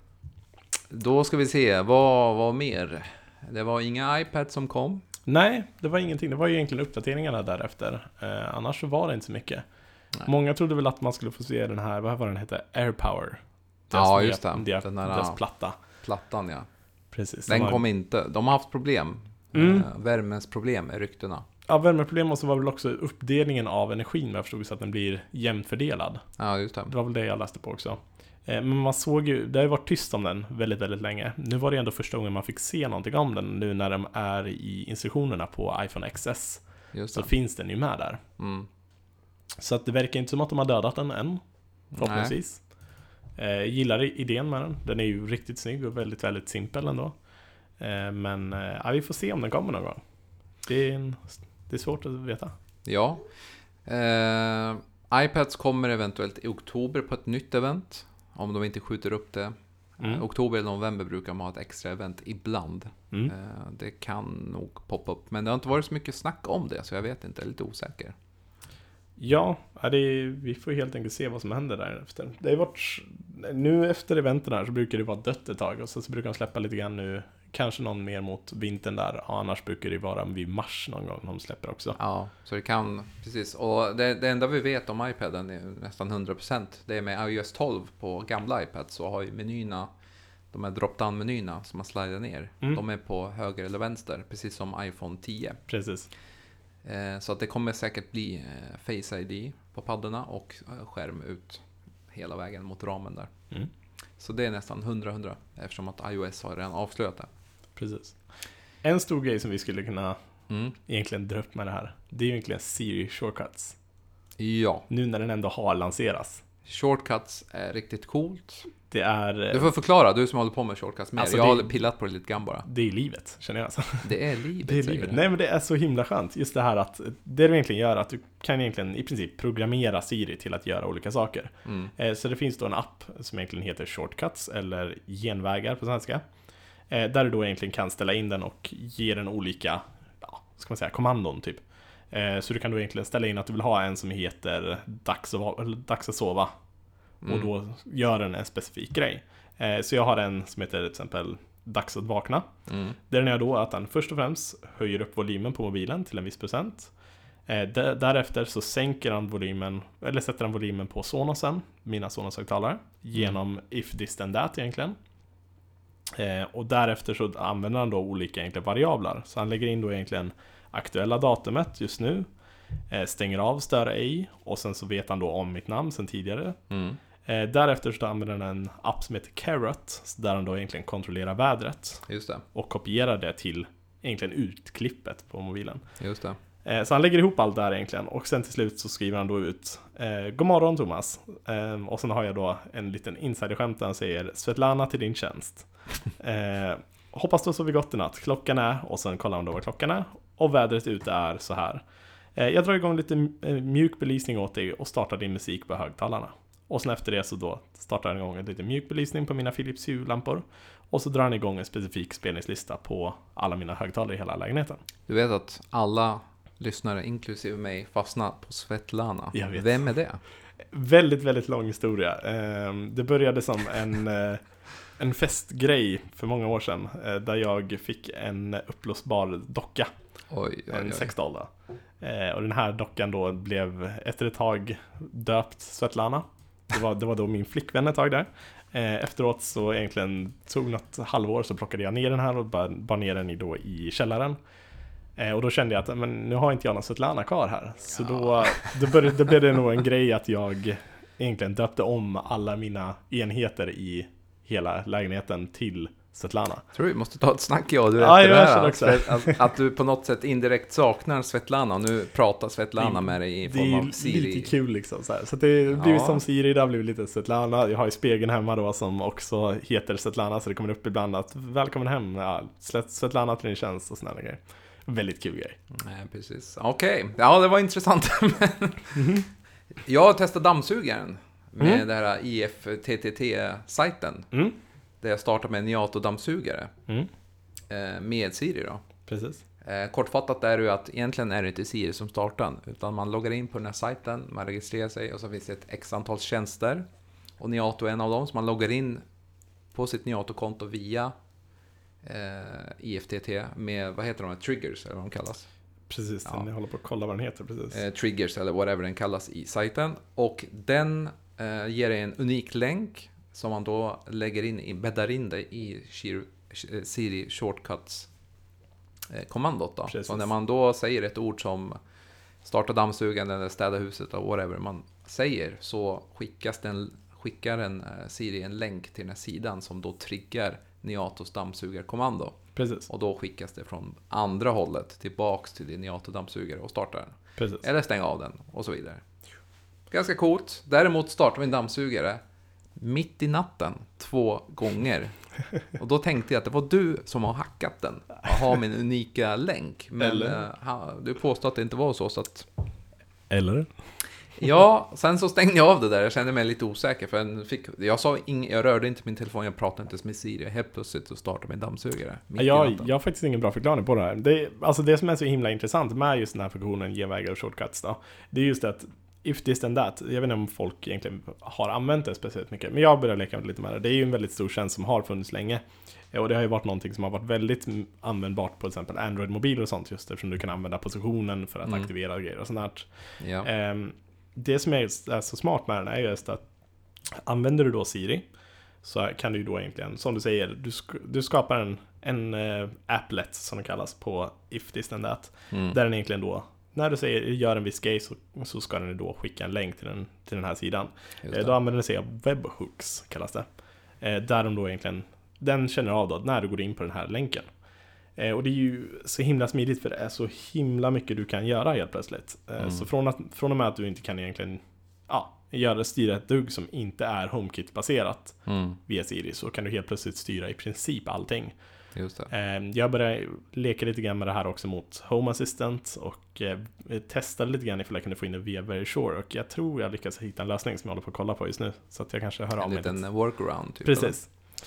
då ska vi se, vad var mer? Det var inga iPad som kom. Nej, det var ingenting. Det var ju egentligen uppdateringarna därefter. Annars så var det inte så mycket. Nej. Många trodde väl att man skulle få se den här, vad var den hette? AirPower. Ja, just det. Deras platta. Plattan, ja. Precis. Den kom inte. De har haft problem. Värmens problem är ryktena. Ja, värmeproblem, och så var väl också uppdelningen av energin, men jag förstod så att den blir jämnt fördelad. Ja, just det. Det var väl det jag läste på också. Men man såg ju, det har ju varit tyst om den väldigt, väldigt länge. Nu var det ändå första gången man fick se någonting om den, nu när de är i instruktionerna på iPhone XS. Så finns den ju med där. Så att det verkar inte som att de har dödat den än, förhoppningsvis. Gillar idén med den. Den är ju riktigt snygg och väldigt, väldigt simpel ändå. Men vi får se om den kommer någon gång. Det är svårt att veta. Ja. iPads kommer eventuellt i oktober på ett nytt event. Om de inte skjuter upp det. Oktober eller november brukar man ha ett extra event ibland. Det kan nog poppa upp. Men det har inte varit så mycket snack om det, så jag vet inte. Jag är lite osäker. Ja, vi får helt enkelt se vad som händer därefter. Det har varit, nu efter eventen här så brukar det vara dött ett tag, och så brukar de släppa lite grann nu, kanske någon mer mot vintern där, annars brukar det vara vid mars någon gång de släpper också. Ja, så det kan, precis. Och det enda vi vet om iPaden är nästan 100%, det är med iOS 12 på gamla iPad, så har ju menyerna, de här drop-down-menyerna som man slidar ner, de är på höger eller vänster, precis som iPhone 10. Precis. Så att det kommer säkert bli Face ID på paddorna och skärm ut hela vägen mot ramen där. Så det är nästan 100 eftersom att iOS har redan avslöjat det. Precis. En stor grej som vi skulle kunna egentligen dra upp med det här, det är ju egentligen Siri Shortcuts. Ja. Nu när den ändå har lanserats. Shortcuts är riktigt coolt. Det är... Du får förklara, du som håller på med shortcuts mer. Alltså jag har pillat på det lite grann bara. Det är livet, känner jag. Alltså. Det är livet. Det är livet. Nej, men det är så himla skönt. Just det här att det du egentligen gör, att du kan egentligen i princip programmera Siri till att göra olika saker. Så det finns då en app som egentligen heter Shortcuts, eller genvägar på svenska. Där du då egentligen kan ställa in den och ge den olika, ska man säga, kommandon typ. Så du kan då egentligen ställa in att du vill ha en som heter dags att sova. Och då gör den en specifik grej. Så jag har en som heter till exempel dags att vakna. Där den är då att den först och främst höjer upp volymen på mobilen till en viss procent. Därefter så sänker han volymen, eller sätter han volymen på Sonosen, mina Sonos-högtalare, genom if this then that egentligen. Och därefter så använder han då olika egentligen variabler. Så han lägger in då egentligen aktuella datumet just nu, stänger av stör ej, och sen så vet han då om mitt namn sen tidigare. Därefter så använder han en app som heter Carrot, där han då egentligen kontrollerar vädret. Just det. Och kopierar det till egentligen utklippet på mobilen. Just det. Så han lägger ihop allt där egentligen, och sen till slut så skriver han då ut god morgon Thomas. Och sen har jag då en liten insiderskämt där han säger Svetlana till din tjänst. Hoppas du sover gott i natt. Klockan är, och sen kollar han då vad klockan är, och vädret ute är så här. Jag drar igång lite mjuk belysning åt dig och startar din musik på högtalarna. Och sen efter det så då startar den igång en liten mjukbelysning på mina Philips Hue-lampor. Och så drar den igång en specifik spelningslista på alla mina högtalare i hela lägenheten. Du vet att alla lyssnare, inklusive mig, fastnar på Svetlana. Jag vet. Vem är det? Väldigt, väldigt lång historia. Det började som en festgrej för många år sedan. Där jag fick en uppblåsbar docka. Oj. En sexdoll då. Och den här dockan då blev efter ett tag döpt Svetlana. Det var då min flickvän ett tag där. Efteråt så egentligen tog något halvår så plockade jag ner den här och bar ner den i källaren. Och då kände jag att men nu har inte jag någon Svetlana kvar här. Så då blev det nog en grej att jag egentligen döpte om alla mina enheter i hela lägenheten till Svetlana. Jag tror vi måste ta ett snack du efter jag det här. Att du på något sätt indirekt saknar Svetlana. Nu pratar Svetlana med dig i form av Siri. Det är lite kul liksom. Så att det blir som Siri, det har blivit lite Svetlana. Jag har ju spegeln hemma då som också heter Svetlana. Så det kommer upp ibland att välkommen hem. Ja, Svetlana till din tjänst och sådana grejer. Väldigt kul grej. Nej, precis. Okej. Ja, det var intressant. Jag har testat dammsugaren med det här IFTTT-sajten. Där jag startar med en Niato-dammsugare med Siri då. Precis. Kortfattat är det ju att egentligen är det inte Siri som startar den, utan man loggar in på den här sajten, man registrerar sig och så finns det ett x antal tjänster. Och Niato är en av dem, så man loggar in på sitt Niato-konto via IFTT med, vad heter de här, triggers eller vad de kallas. Precis, jag håller på att kolla vad den heter. Precis. Triggers eller whatever den kallas i sajten. Och den ger en unik länk som man då bäddar in det i Siri Shortcuts kommandot då. Så när man då säger ett ord som starta dammsugaren eller städa huset och whatever man säger, så skickar en Siri en länk till den här sidan som då triggar Niatos dammsugarkommando. Precis. Och då skickas det från andra hållet tillbaks till din Niato-dammsugare och startar den. Precis. Eller stänga av den och så vidare. Ganska coolt. Däremot startar vi en dammsugare mitt i natten 2 gånger. Och då tänkte jag att det var du som har hackat den. Jag har min unika länk. Men du påstår att det inte var så att... Eller? Ja, sen så stängde jag av det där. Jag kände mig lite osäker. För jag rörde inte min telefon, jag pratade inte med Siri. Helt plötsligt så startade min dammsugare. Jag har faktiskt ingen bra förklaring på det här. Det som är så himla intressant med just den här funktionen genvägar och shortcuts då, det är just att if this then that, jag vet inte om folk egentligen har använt det speciellt mycket, men jag börjar leka lite med det. Det är ju en väldigt stor tjänst som har funnits länge. Och det har ju varit någonting som har varit väldigt användbart på till exempel Android-mobiler och sånt, just eftersom du kan använda positionen för att aktivera grejer och sånt där. Ja. Det som är så smart med den är just att använder du då Siri, så kan du ju då egentligen, som du säger, du skapar en applet som det kallas på if this then that, där den egentligen då, när du säger gör en viss grej, så ska den då skicka en länk till den här sidan. Då använder den sig av webhooks, kallas det. Där de då egentligen, den känner av då när du går in på den här länken. Och det är ju så himla smidigt, för det är så himla mycket du kan göra helt plötsligt. Så från och med att du inte kan egentligen styra ett dugg som inte är HomeKit-baserat via Siri, så kan du helt plötsligt styra i princip allting. Just det. Jag började leka lite grann med det här också mot Home Assistant och testade lite grann ifall jag kunde få in det via Verisure, och jag tror jag lyckas hitta en lösning som jag håller på att kolla på just nu, så att jag kanske hör av mig. En liten workaround typ. Precis.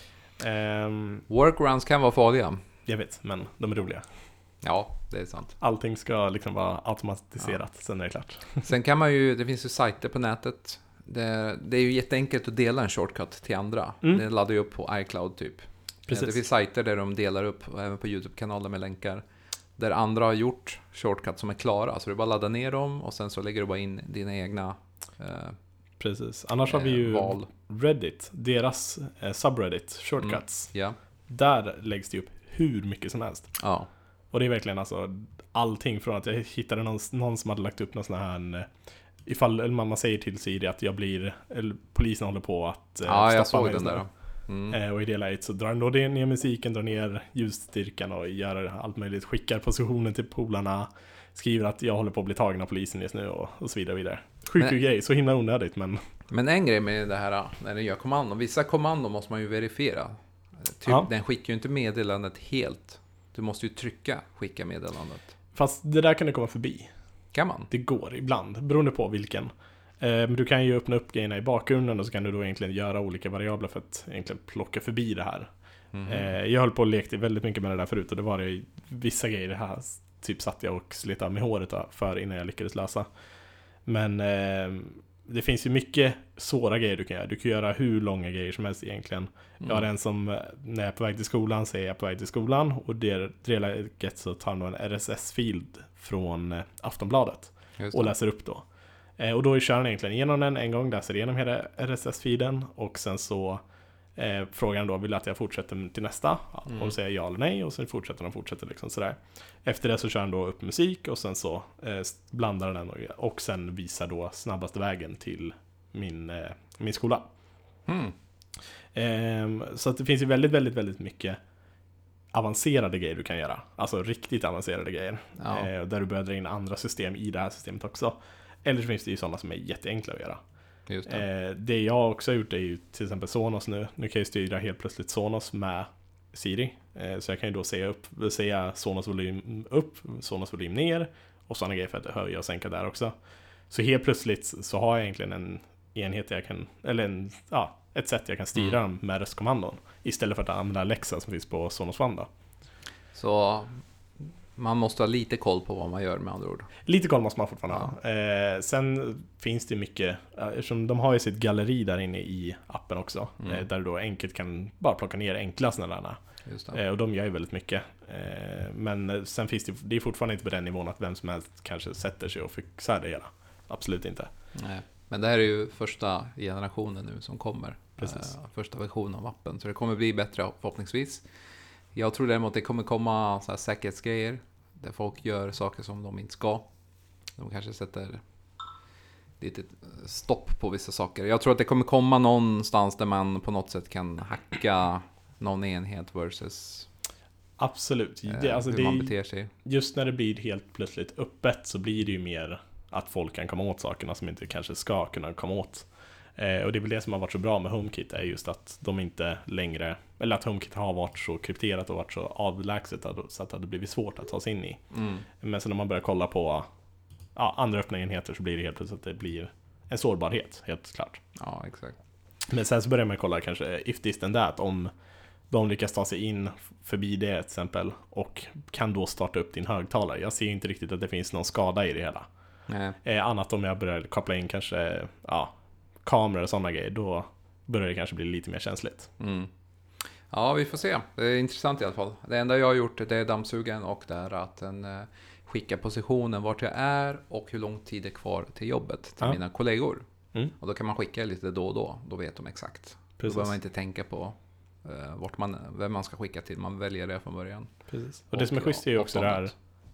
Workarounds kan vara farliga. Jag vet, men de är roliga. Ja, det är sant. Allting ska liksom vara automatiserat, sen är det klart. Sen kan man ju, det finns ju sajter på nätet. Det är ju jätteenkelt att dela en shortcut till andra. Det laddar ju upp på iCloud typ. Precis. Det finns sajter där de delar upp, och även på YouTube-kanaler med länkar, där andra har gjort shortcuts som är klara. Så du bara laddar ner dem och sen så lägger du bara in dina egna precis. Annars har vi ju Reddit, deras subreddit shortcuts. Ja. Där läggs det upp hur mycket som helst. Ja. Och det är verkligen alltså allting från att jag hittade någon som hade lagt upp någon sån här, ifall man säger till Siri att polisen håller på att stoppa jag såg den där. Och i det läget så drar den då ner musiken, drar ner ljusstyrkan och gör allt möjligt, skickar positionen till polarna, skriver att jag håller på att bli tagen av polisen just nu och så vidare. Sjukt grej, så himla onödigt, men en grej med det här när den gör kommandon, vissa kommandon måste man ju verifiera. Den skickar ju inte meddelandet helt. Du måste ju skicka meddelandet. Fast det där kan det komma förbi. Kan man? Det går ibland, beroende på vilken. Men du kan ju öppna upp grejerna i bakgrunden och så kan du då egentligen göra olika variabler för att egentligen plocka förbi det här. Jag höll på och lekte väldigt mycket med det där förut och det var det vissa grejer här typ satt jag och slet av mig håret för innan jag lyckades lösa. Men det finns ju mycket svåra grejer du kan göra. Du kan göra hur långa grejer som helst egentligen. Jag har en som, när jag är på väg till skolan säger jag på väg till skolan och det läget så tar man en RSS-field från Aftonbladet och läser upp då. Och då kör han egentligen igenom den en gång, läser igenom hela RSS-feeden och sen så frågar han då, vill att jag fortsätter till nästa? Och säger ja eller nej och sen fortsätter liksom sådär. Efter det så kör han då upp musik och sen så blandar den och sen visar då snabbaste vägen till min skola. Så att det finns ju väldigt, väldigt, väldigt mycket avancerade grejer du kan göra. Alltså riktigt avancerade grejer. Där du börjar dra in andra system i det här systemet också. Eller så finns det ju sådana som är jätteenkla att göra. Just det jag också har gjort är ju till exempel Sonos nu. Nu kan jag styra helt plötsligt Sonos med Siri. Så jag kan ju då säga Sonos volym upp, Sonos volym ner och sådana grejer för att höja och sänka där också. Så helt plötsligt så har jag egentligen en enhet jag kan, eller ett sätt jag kan styra dem med röstkommandon istället för att använda Alexa som finns på Sonos One då. Så man måste ha lite koll på vad man gör med andra ord. Lite koll måste man fortfarande ha. Sen finns det mycket, eftersom de har ju sitt galleri där inne i appen också, där du då enkelt kan bara plocka ner enkla snällana. Och de gör ju väldigt mycket. Men sen finns det är fortfarande inte på den nivån att vem som helst kanske sätter sig och fixar det hela. Absolut inte. Nej. Men det här är ju första generationen nu som kommer. Första versionen av appen. Så det kommer bli bättre förhoppningsvis. Jag tror däremot att det kommer komma så här säkerhetsgrejer där folk gör saker som de inte ska. De kanske sätter lite stopp på vissa saker. Jag tror att det kommer komma någonstans där man på något sätt kan hacka någon enhet versus absolut. Hur man beter sig. Just när det blir helt plötsligt öppet så blir det ju mer att folk kan komma åt sakerna som inte kanske ska kunna komma åt. Och det är väl det som har varit så bra med HomeKit är just att de inte längre, eller att HomeKit har varit så krypterat och varit så avlägset så att det hade blivit svårt att ta sig in i. Men sen när man börjar kolla på andra öppna enheter så blir det helt plötsligt att det blir en sårbarhet, helt klart. Ja, exakt. Men sen så börjar man kolla kanske if this then that, om de lyckas ta sig in förbi det till exempel och kan då starta upp din högtalare. Jag ser inte riktigt att det finns någon skada i det hela. Annat om jag börjar koppla in kanske kameror och sådana grejer, då börjar det kanske bli lite mer känsligt. Ja, vi får se. Det är intressant i alla fall. Det enda jag har gjort det är dammsugen och det är att den skickar positionen vart jag är och hur lång tid det är kvar till jobbet till mina kollegor. Och då kan man skicka lite då och då. Då vet de exakt. Precis. Då behöver man inte tänka på vem man ska skicka till. Man väljer det från början. Precis. Och det som är schysst är ju också det här.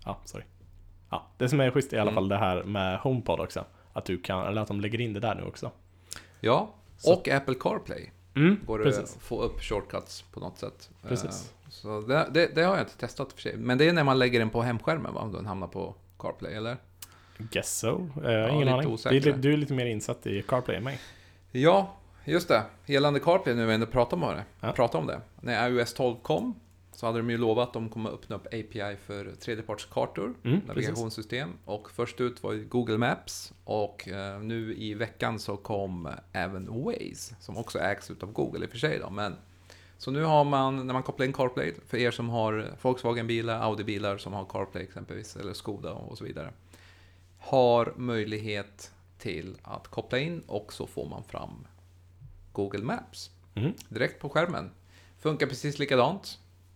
Det som är schysst är i alla fall det här med HomePod också. Att du kan, eller att de lägger in det där nu också. Ja, och Apple CarPlay. Går det att få upp shortcuts på något sätt. Precis. Så det har jag inte testat för sig. Men det är när man lägger den på hemskärmen, va? Om den hamnar på CarPlay, eller? Guess so. Ingen aning. Du är lite mer insatt i CarPlay än mig. Ja, just det. Gällande CarPlay nu, när vi pratar om det. När iOS 12 kom så hade de ju lovat att de kommer öppna upp API för tredjepartskartor, navigationssystem. Och först ut var Google Maps och nu i veckan så kom även Waze, som också ägs av Google i och för sig då. Men så nu har man, när man kopplar in CarPlay, för er som har Volkswagen-bilar, Audi-bilar som har CarPlay exempelvis, eller Skoda och så vidare, har möjlighet till att koppla in och så får man fram Google Maps direkt på skärmen. Funkar precis likadant.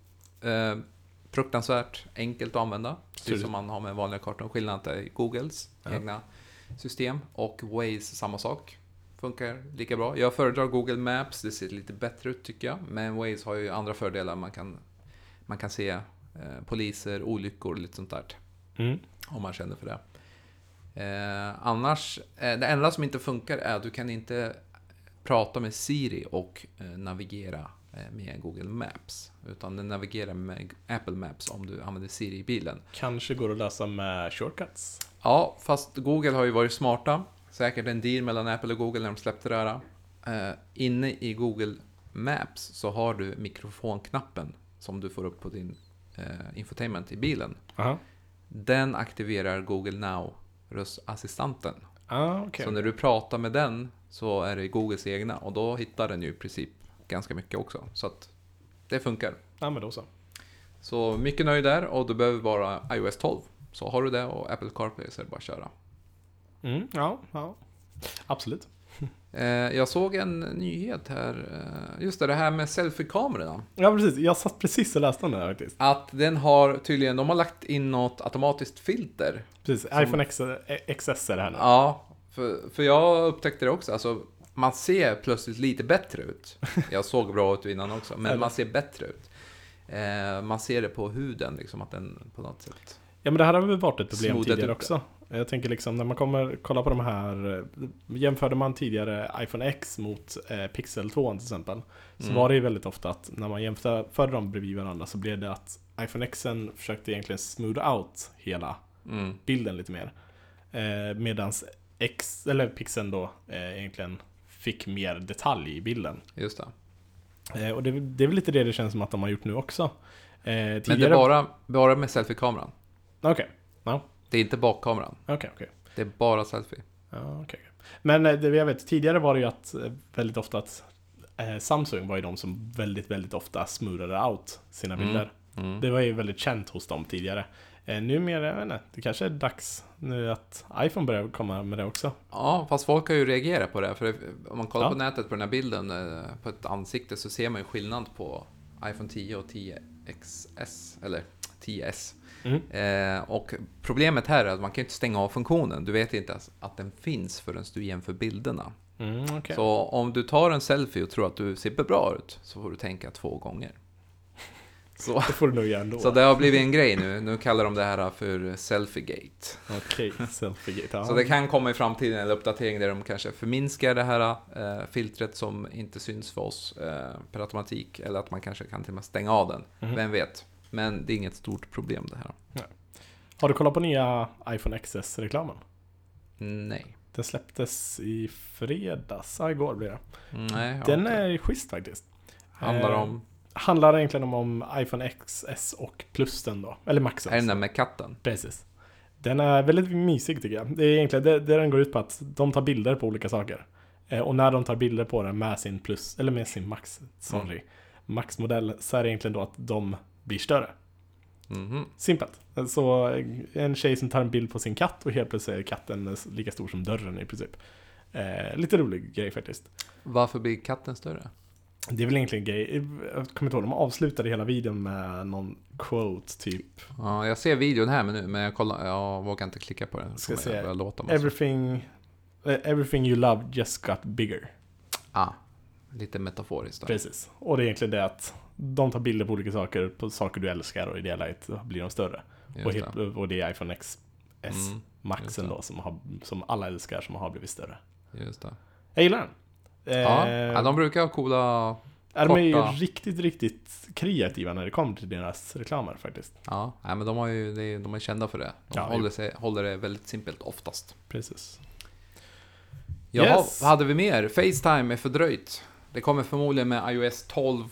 Fruktansvärt enkelt att använda, precis som man har med vanliga kartor. Skillnaden är Googles egna system och Waze samma sak. Funkar lika bra. Jag föredrar Google Maps, det ser lite bättre ut tycker jag. Men Waze har ju andra fördelar. Man kan se poliser, olyckor och lite sånt där. Om man känner för det. Annars, det enda som inte funkar är att du kan inte prata med Siri och navigera med Google Maps. Utan den navigerar med Apple Maps om du använder Siri i bilen. Kanske går att lösa med shortcuts. Ja, fast Google har ju varit smarta. Säkert en deal mellan Apple och Google när de släppte det här. Inne i Google Maps så har du mikrofonknappen som du får upp på din infotainment i bilen. Den aktiverar Google Now röstassistenten. Så när du pratar med den så är det Googles egna, och då hittar den ju i princip ganska mycket också. Så att det funkar. Ja, men då så. Så mycket nöjd där, och du behöver bara iOS 12. Så har du det och Apple CarPlay, så är det bara att köra. Ja, absolut. Jag såg en nyhet här, just det här med selfie-kamerorna. Ja, precis. Jag satt precis och läste om det här faktiskt. Att den har tydligen, de har lagt in något automatiskt filter. Precis, iPhone XS är det här nu. Ja, för jag upptäckte det också. Alltså, man ser plötsligt lite bättre ut. Jag såg bra ut innan också, men man ser bättre ut. Man ser det på huden, liksom, att den på något sätt... Ja, men det här har väl varit ett problem tidigare också. Jag tänker liksom, när man kommer kolla på de här, jämförde man tidigare iPhone X mot Pixel 2 till exempel, så var det ju väldigt ofta att när man jämförde dem bredvid varandra så blev det att iPhone Xen försökte egentligen smooth out hela bilden lite mer. Medans Pixeln då egentligen fick mer detalj i bilden. Just det. Och det är väl lite det känns som att de har gjort nu också. Men det är bara med selfie-kameran. Okej. Ja. Det är inte bakkameran. Okej. Det är bara selfie. Ja, okej. Men det jag vet, tidigare var det ju att väldigt ofta att Samsung var ju de som väldigt, väldigt ofta smoothade out sina bilder. Det var ju väldigt känt hos dem tidigare. Numera, jag vet inte, det kanske är dags nu att iPhone börjar komma med det också. Ja, fast folk har ju reagerat på det. För om man kollar på nätet på den här bilden på ett ansikte, så ser man ju skillnad på iPhone 10 och 10XS, eller 10S. Och problemet här är att man kan inte stänga av funktionen. Du vet inte att den finns förrän du jämför bilderna. Okay. Så om du tar en selfie och tror att du ser bra ut, så får du tänka 2 gånger. Så, det får du nog göra ändå. Så det har blivit en grej nu. Nu kallar de det här för Selfiegate. Okej, Selfiegate. Ja. Så det kan komma i framtiden en uppdatering där de kanske förminskar det här filtret som inte syns för oss per automatik. Eller att man kanske kan till och med stänga av den. Vem vet. Men det är inget stort problem det här. Nej. Har du kollat på nya iPhone XS-reklamen? Nej. Den släpptes i fredags. Igår blir det. Nej, den är schysst faktiskt. Handlar egentligen om iPhone XS och Plusen då. Eller Maxen. Är den där med katten? Precis. Den är väldigt mysig tycker jag. Det är egentligen det den går ut på att de tar bilder på olika saker. Och när de tar bilder på den med sin Plus, eller med sin Max-modell, så är det egentligen då att de blir större. Simpelt. Så en tjej som tar en bild på sin katt och helt plötsligt är katten lika stor som dörren i princip. Lite rolig grej faktiskt. Varför blir katten större? Det är väl egentligen en grej. Jag kommer inte ihåg, de avslutade hela videon med någon quote typ. Ja, jag ser videon här nu, men jag vågar inte klicka på den. Ska se. Everything you love just got bigger. Lite metaforiskt då. Precis. Och det är egentligen det att de tar bilder på olika saker, på saker du älskar, och i det läget blir de större. Och det är iPhone XS Maxen då som alla älskar, som har blivit större. Just det. Jag gillar den. Ja, de brukar ha coola... De är ju riktigt, riktigt kreativa när det kommer till deras reklamer faktiskt. Ja, men de är kända för det. Håller det väldigt simpelt oftast. Precis. Jaha, vad hade vi mer? FaceTime är fördröjt. Det kommer förmodligen med iOS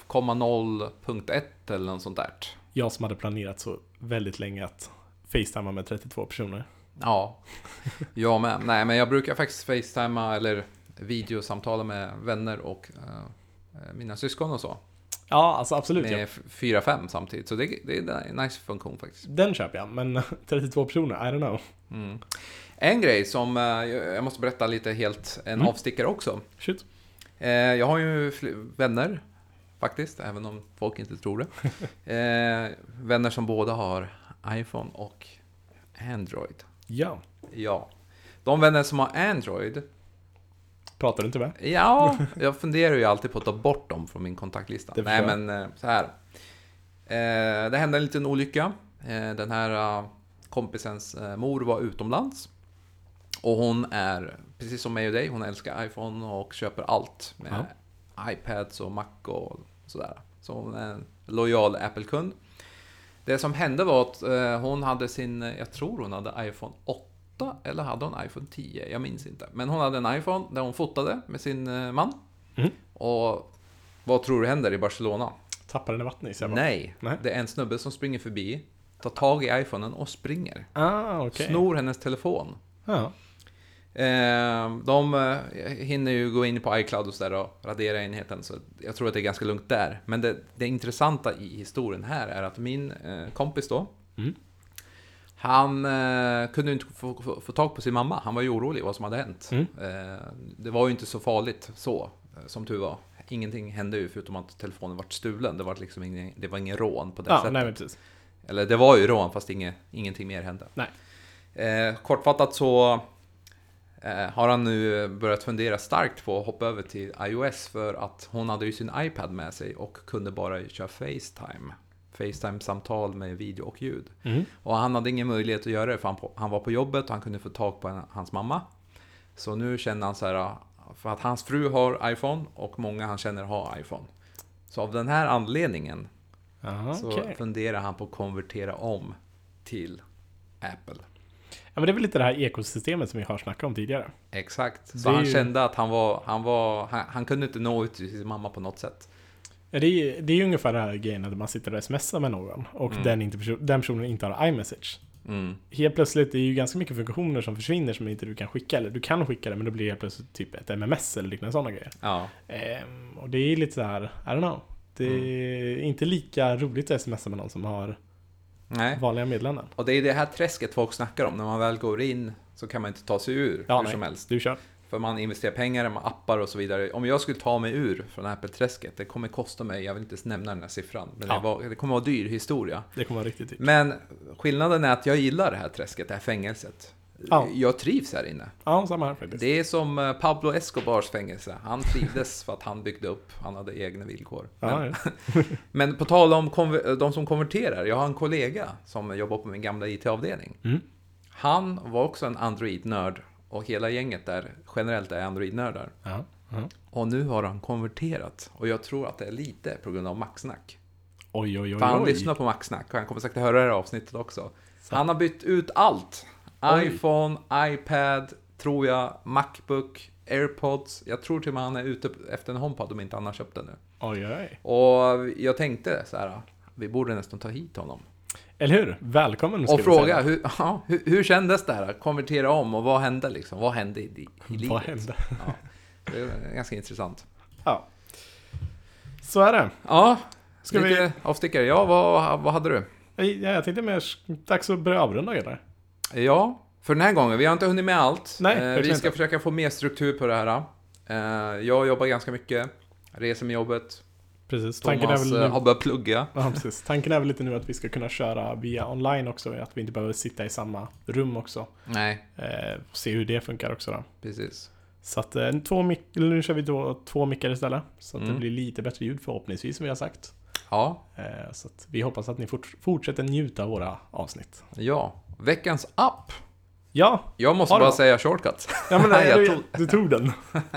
12.0.1 eller något sånt där. Jag som hade planerat så väldigt länge att FaceTime med 32 personer. Ja, jag med. Nej, men jag brukar faktiskt FaceTime eller videosamtala med vänner och mina syskon och så. Ja, alltså absolut. Med 4-5 samtidigt. Så det är en nice funktion faktiskt. Den köper jag, men 32 personer, I don't know. En grej som jag måste berätta lite en avstickare också. Shoot. Jag har ju vänner faktiskt, även om folk inte tror det. Vänner som båda har iPhone och Android. Ja. De vänner som har Android. Pratar du inte med? Ja, jag funderar ju alltid på att ta bort dem från min kontaktlista. Nej, men så här. Det hände en liten olycka. Den här kompisens mor var utomlands. Och hon är, precis som mig och dig, hon älskar iPhone och köper allt med iPads och Mac och sådär. Så hon är en lojal Apple-kund. Det som hände var att hon hade jag tror hon hade iPhone 8 eller hade hon iPhone 10, jag minns inte. Men hon hade en iPhone där hon fotade med sin man. Och vad tror du händer i Barcelona? Tappar den i vattnet i sig? Nej, det är en snubbe som springer förbi, tar tag i iPhonen och springer. Okay. Snor hennes telefon. De hinner ju gå in på iCloud och, så där och radera enheten, så jag tror att det är ganska lugnt där. Men det intressanta i historien här är att min kompis då, han kunde inte få tag på sin mamma. Han var ju orolig vad som hade hänt. Det var ju inte så farligt så, som tur var. Ingenting hände ju förutom att telefonen var stulen. Det var liksom det var ingen rån på det sättet. Nej, precis. Eller det var ju rån, fast ingenting mer hände. Nej. Kortfattat så har han nu börjat fundera starkt på att hoppa över till iOS, för att hon hade ju sin iPad med sig och kunde bara köra FaceTime-samtal med video och ljud. Och han hade ingen möjlighet att göra det, för han var på jobbet och han kunde få tag på hans mamma. Så nu känner han så här, för att hans fru har iPhone och många han känner har iPhone. Så av den här anledningen så funderar han på att konvertera om till Apple. Ja, men det är väl lite det här ekosystemet som vi har snackat om tidigare. Exakt. Så han kände att han kunde inte nå ut till sin mamma på något sätt. Ja, det är ju ungefär det här grejen när man sitter och smsar med någon och den personen inte har iMessage. Helt plötsligt det är ju ganska mycket funktioner som försvinner som inte du kan skicka, eller du kan skicka det men då blir det helt plötsligt typ ett MMS eller liknande sådana grejer. Ja. Och det är lite så här, I don't know. Det är inte lika roligt att smsa med någon som har vanliga meddelanden. Och det är det här träsket folk snackar om. När man väl går in så kan man inte ta sig ur hur som helst. Du kör. För man investerar pengar med appar och så vidare. Om jag skulle ta mig ur från Apple-träsket, det kommer kosta mig, jag vill inte nämna den här siffran, men det kommer vara dyr historia. Det kommer vara riktigt dyrt. Men skillnaden är att jag gillar det här träsket, det här fängelset. Jag trivs här inne. Ja, samma här faktiskt. Det är som Pablo Escobars fängelse. Han trivdes för att han byggde upp, han hade egna villkor. Men på tal om de som konverterar, jag har en kollega som jobbar på min gamla IT-avdelning. Han var också en Android-nörd. Och hela gänget där generellt är Android-nördar. Och nu har han konverterat. Och jag tror att det är lite på grund av Macsnack. Oj. För han lyssnar på Macsnack. Och han kommer säkert höra det här avsnittet också. Så. Han har bytt ut allt. iPhone, iPad, tror jag, Macbook, AirPods. Jag tror till och med han är ute efter en HomePod om inte han har köpt den nu. Oj. Och jag tänkte så här, vi borde nästan ta hit honom. Eller hur? Välkommen. Och fråga, hur kändes det här? Konvertera om och vad hände liksom? Vad hände i livet? Vad hände? Ja, det är ganska intressant. Ja. Så är det. Ja, ska vi avstickare? Ja, vad hade du? Jag tänkte mer dags att börja avrunda det. Ja, för den här gången. Vi har inte hunnit med allt. Nej, vi ska försöka få mer struktur på det här. Jag jobbar ganska mycket. Reser med jobbet. Precis. Thomas har börjat plugga. Ja, precis. Tanken är väl lite nu att vi ska kunna köra via online också. Att vi inte behöver sitta i samma rum också. Nej. Se hur det funkar också då. Precis. Så att nu kör vi då 2 mickar istället. Så att det blir lite bättre ljud förhoppningsvis som vi har sagt. Ja. Så att vi hoppas att ni fortsätter njuta av våra avsnitt. Ja. Veckans app. Ja. Jag måste bara säga Shortcuts. Ja, men du tog den.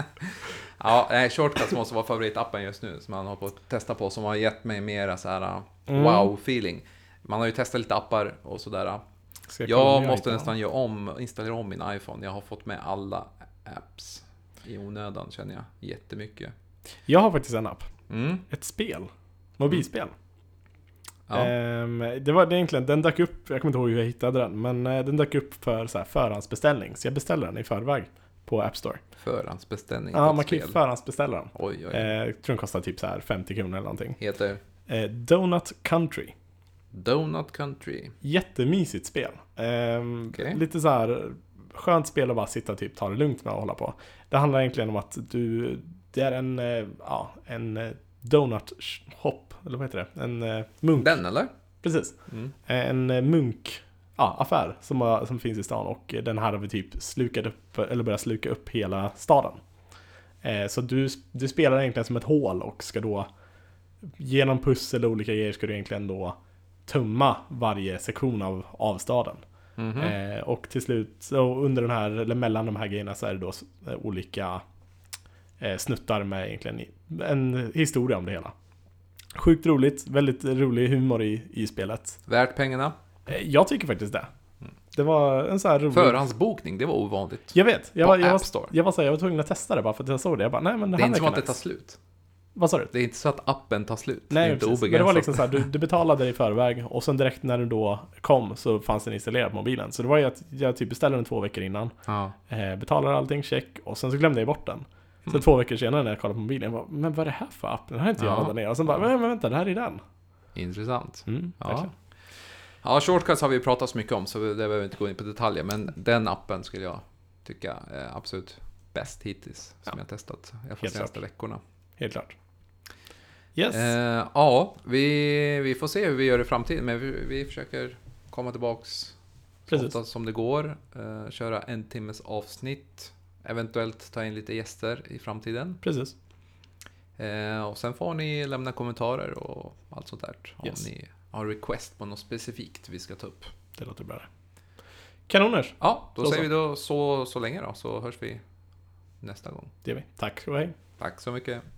Ja, Shortcuts måste vara favoritappen just nu som man har på att testa på, som har gett mig mera så här wow-feeling. Man har ju testat lite appar och sådär. Jag måste nästan installera om min iPhone. Jag har fått med alla apps i onödan, känner jag. Jättemycket. Jag har faktiskt en app. Ett spel. Mobilspel. Ja. Det var egentligen, den dök upp, jag kommer inte ihåg hur jag hittade den, men den dök upp för så här förhandsbeställning. Så jag beställde den i förväg på App Store. Förhandsbeställning? Ja, man kan ju förhandsbeställa den. Oj. Jag tror den kostar typ så här 50 kronor eller någonting. Heter? Donut Country. Donut Country. Jättemysigt spel. Lite så här skönt spel att bara sitta och typ ta det lugnt med och hålla på. Det handlar egentligen om att det är en donut shop, eller vad heter det? En munk. Den eller? Precis. En munk affär som finns i stan, och den här har vi typ börjat sluka upp hela staden. Så du spelar egentligen som ett hål och ska då genom pussel och olika grejer ska du egentligen då tumma varje sektion av staden. Och till slut så under den här, eller mellan de här grejerna, så är det då olika snuttar med egentligen en historia om det hela. Sjukt roligt, väldigt rolig humor i spelet. Värt pengarna? Jag tycker faktiskt det. Det var en så här rolig... Förhandsbokning, det var ovanligt. Jag vet. Jag var App Store. Jag var tvungen att testa det bara för att jag såg det. Jag bara, nej, men det är inte som att det tar slut. Vad sa du? Det är inte så att appen tar slut. Nej, det är inte precis. Men det var liksom så här, du betalade i förväg och sen direkt när du då kom så fanns den installerad på mobilen. Så det var ju att jag typ beställde den 2 veckor innan. Ja. Betalade allting, check. Och sen så glömde jag bort den. Så 2 veckor senare när jag kollade på mobilen, jag bara, men vad är det här för app? Den har inte jag laddat ner. Och sen bara, men vänta, det här är den. Intressant. Ja. Ja, shortcuts har vi pratat så mycket om så det behöver vi inte gå in på detaljer. Men den appen skulle jag tycka är absolut bäst hittills som jag har testat de senaste veckorna. Helt klart. Yes. Ja, vi får se hur vi gör i framtiden. Men vi försöker komma tillbaks så ofta som det går. Köra 1 timmes avsnitt. Eventuellt ta in lite gäster i framtiden. Precis. Och sen får ni lämna kommentarer och allt sånt där. Om ni har request på något specifikt vi ska ta upp. Det låter bra. Kanoners. Ja, då säger vi då så länge då. Så hörs vi nästa gång. Det gör vi. Tack och hej. Tack så mycket.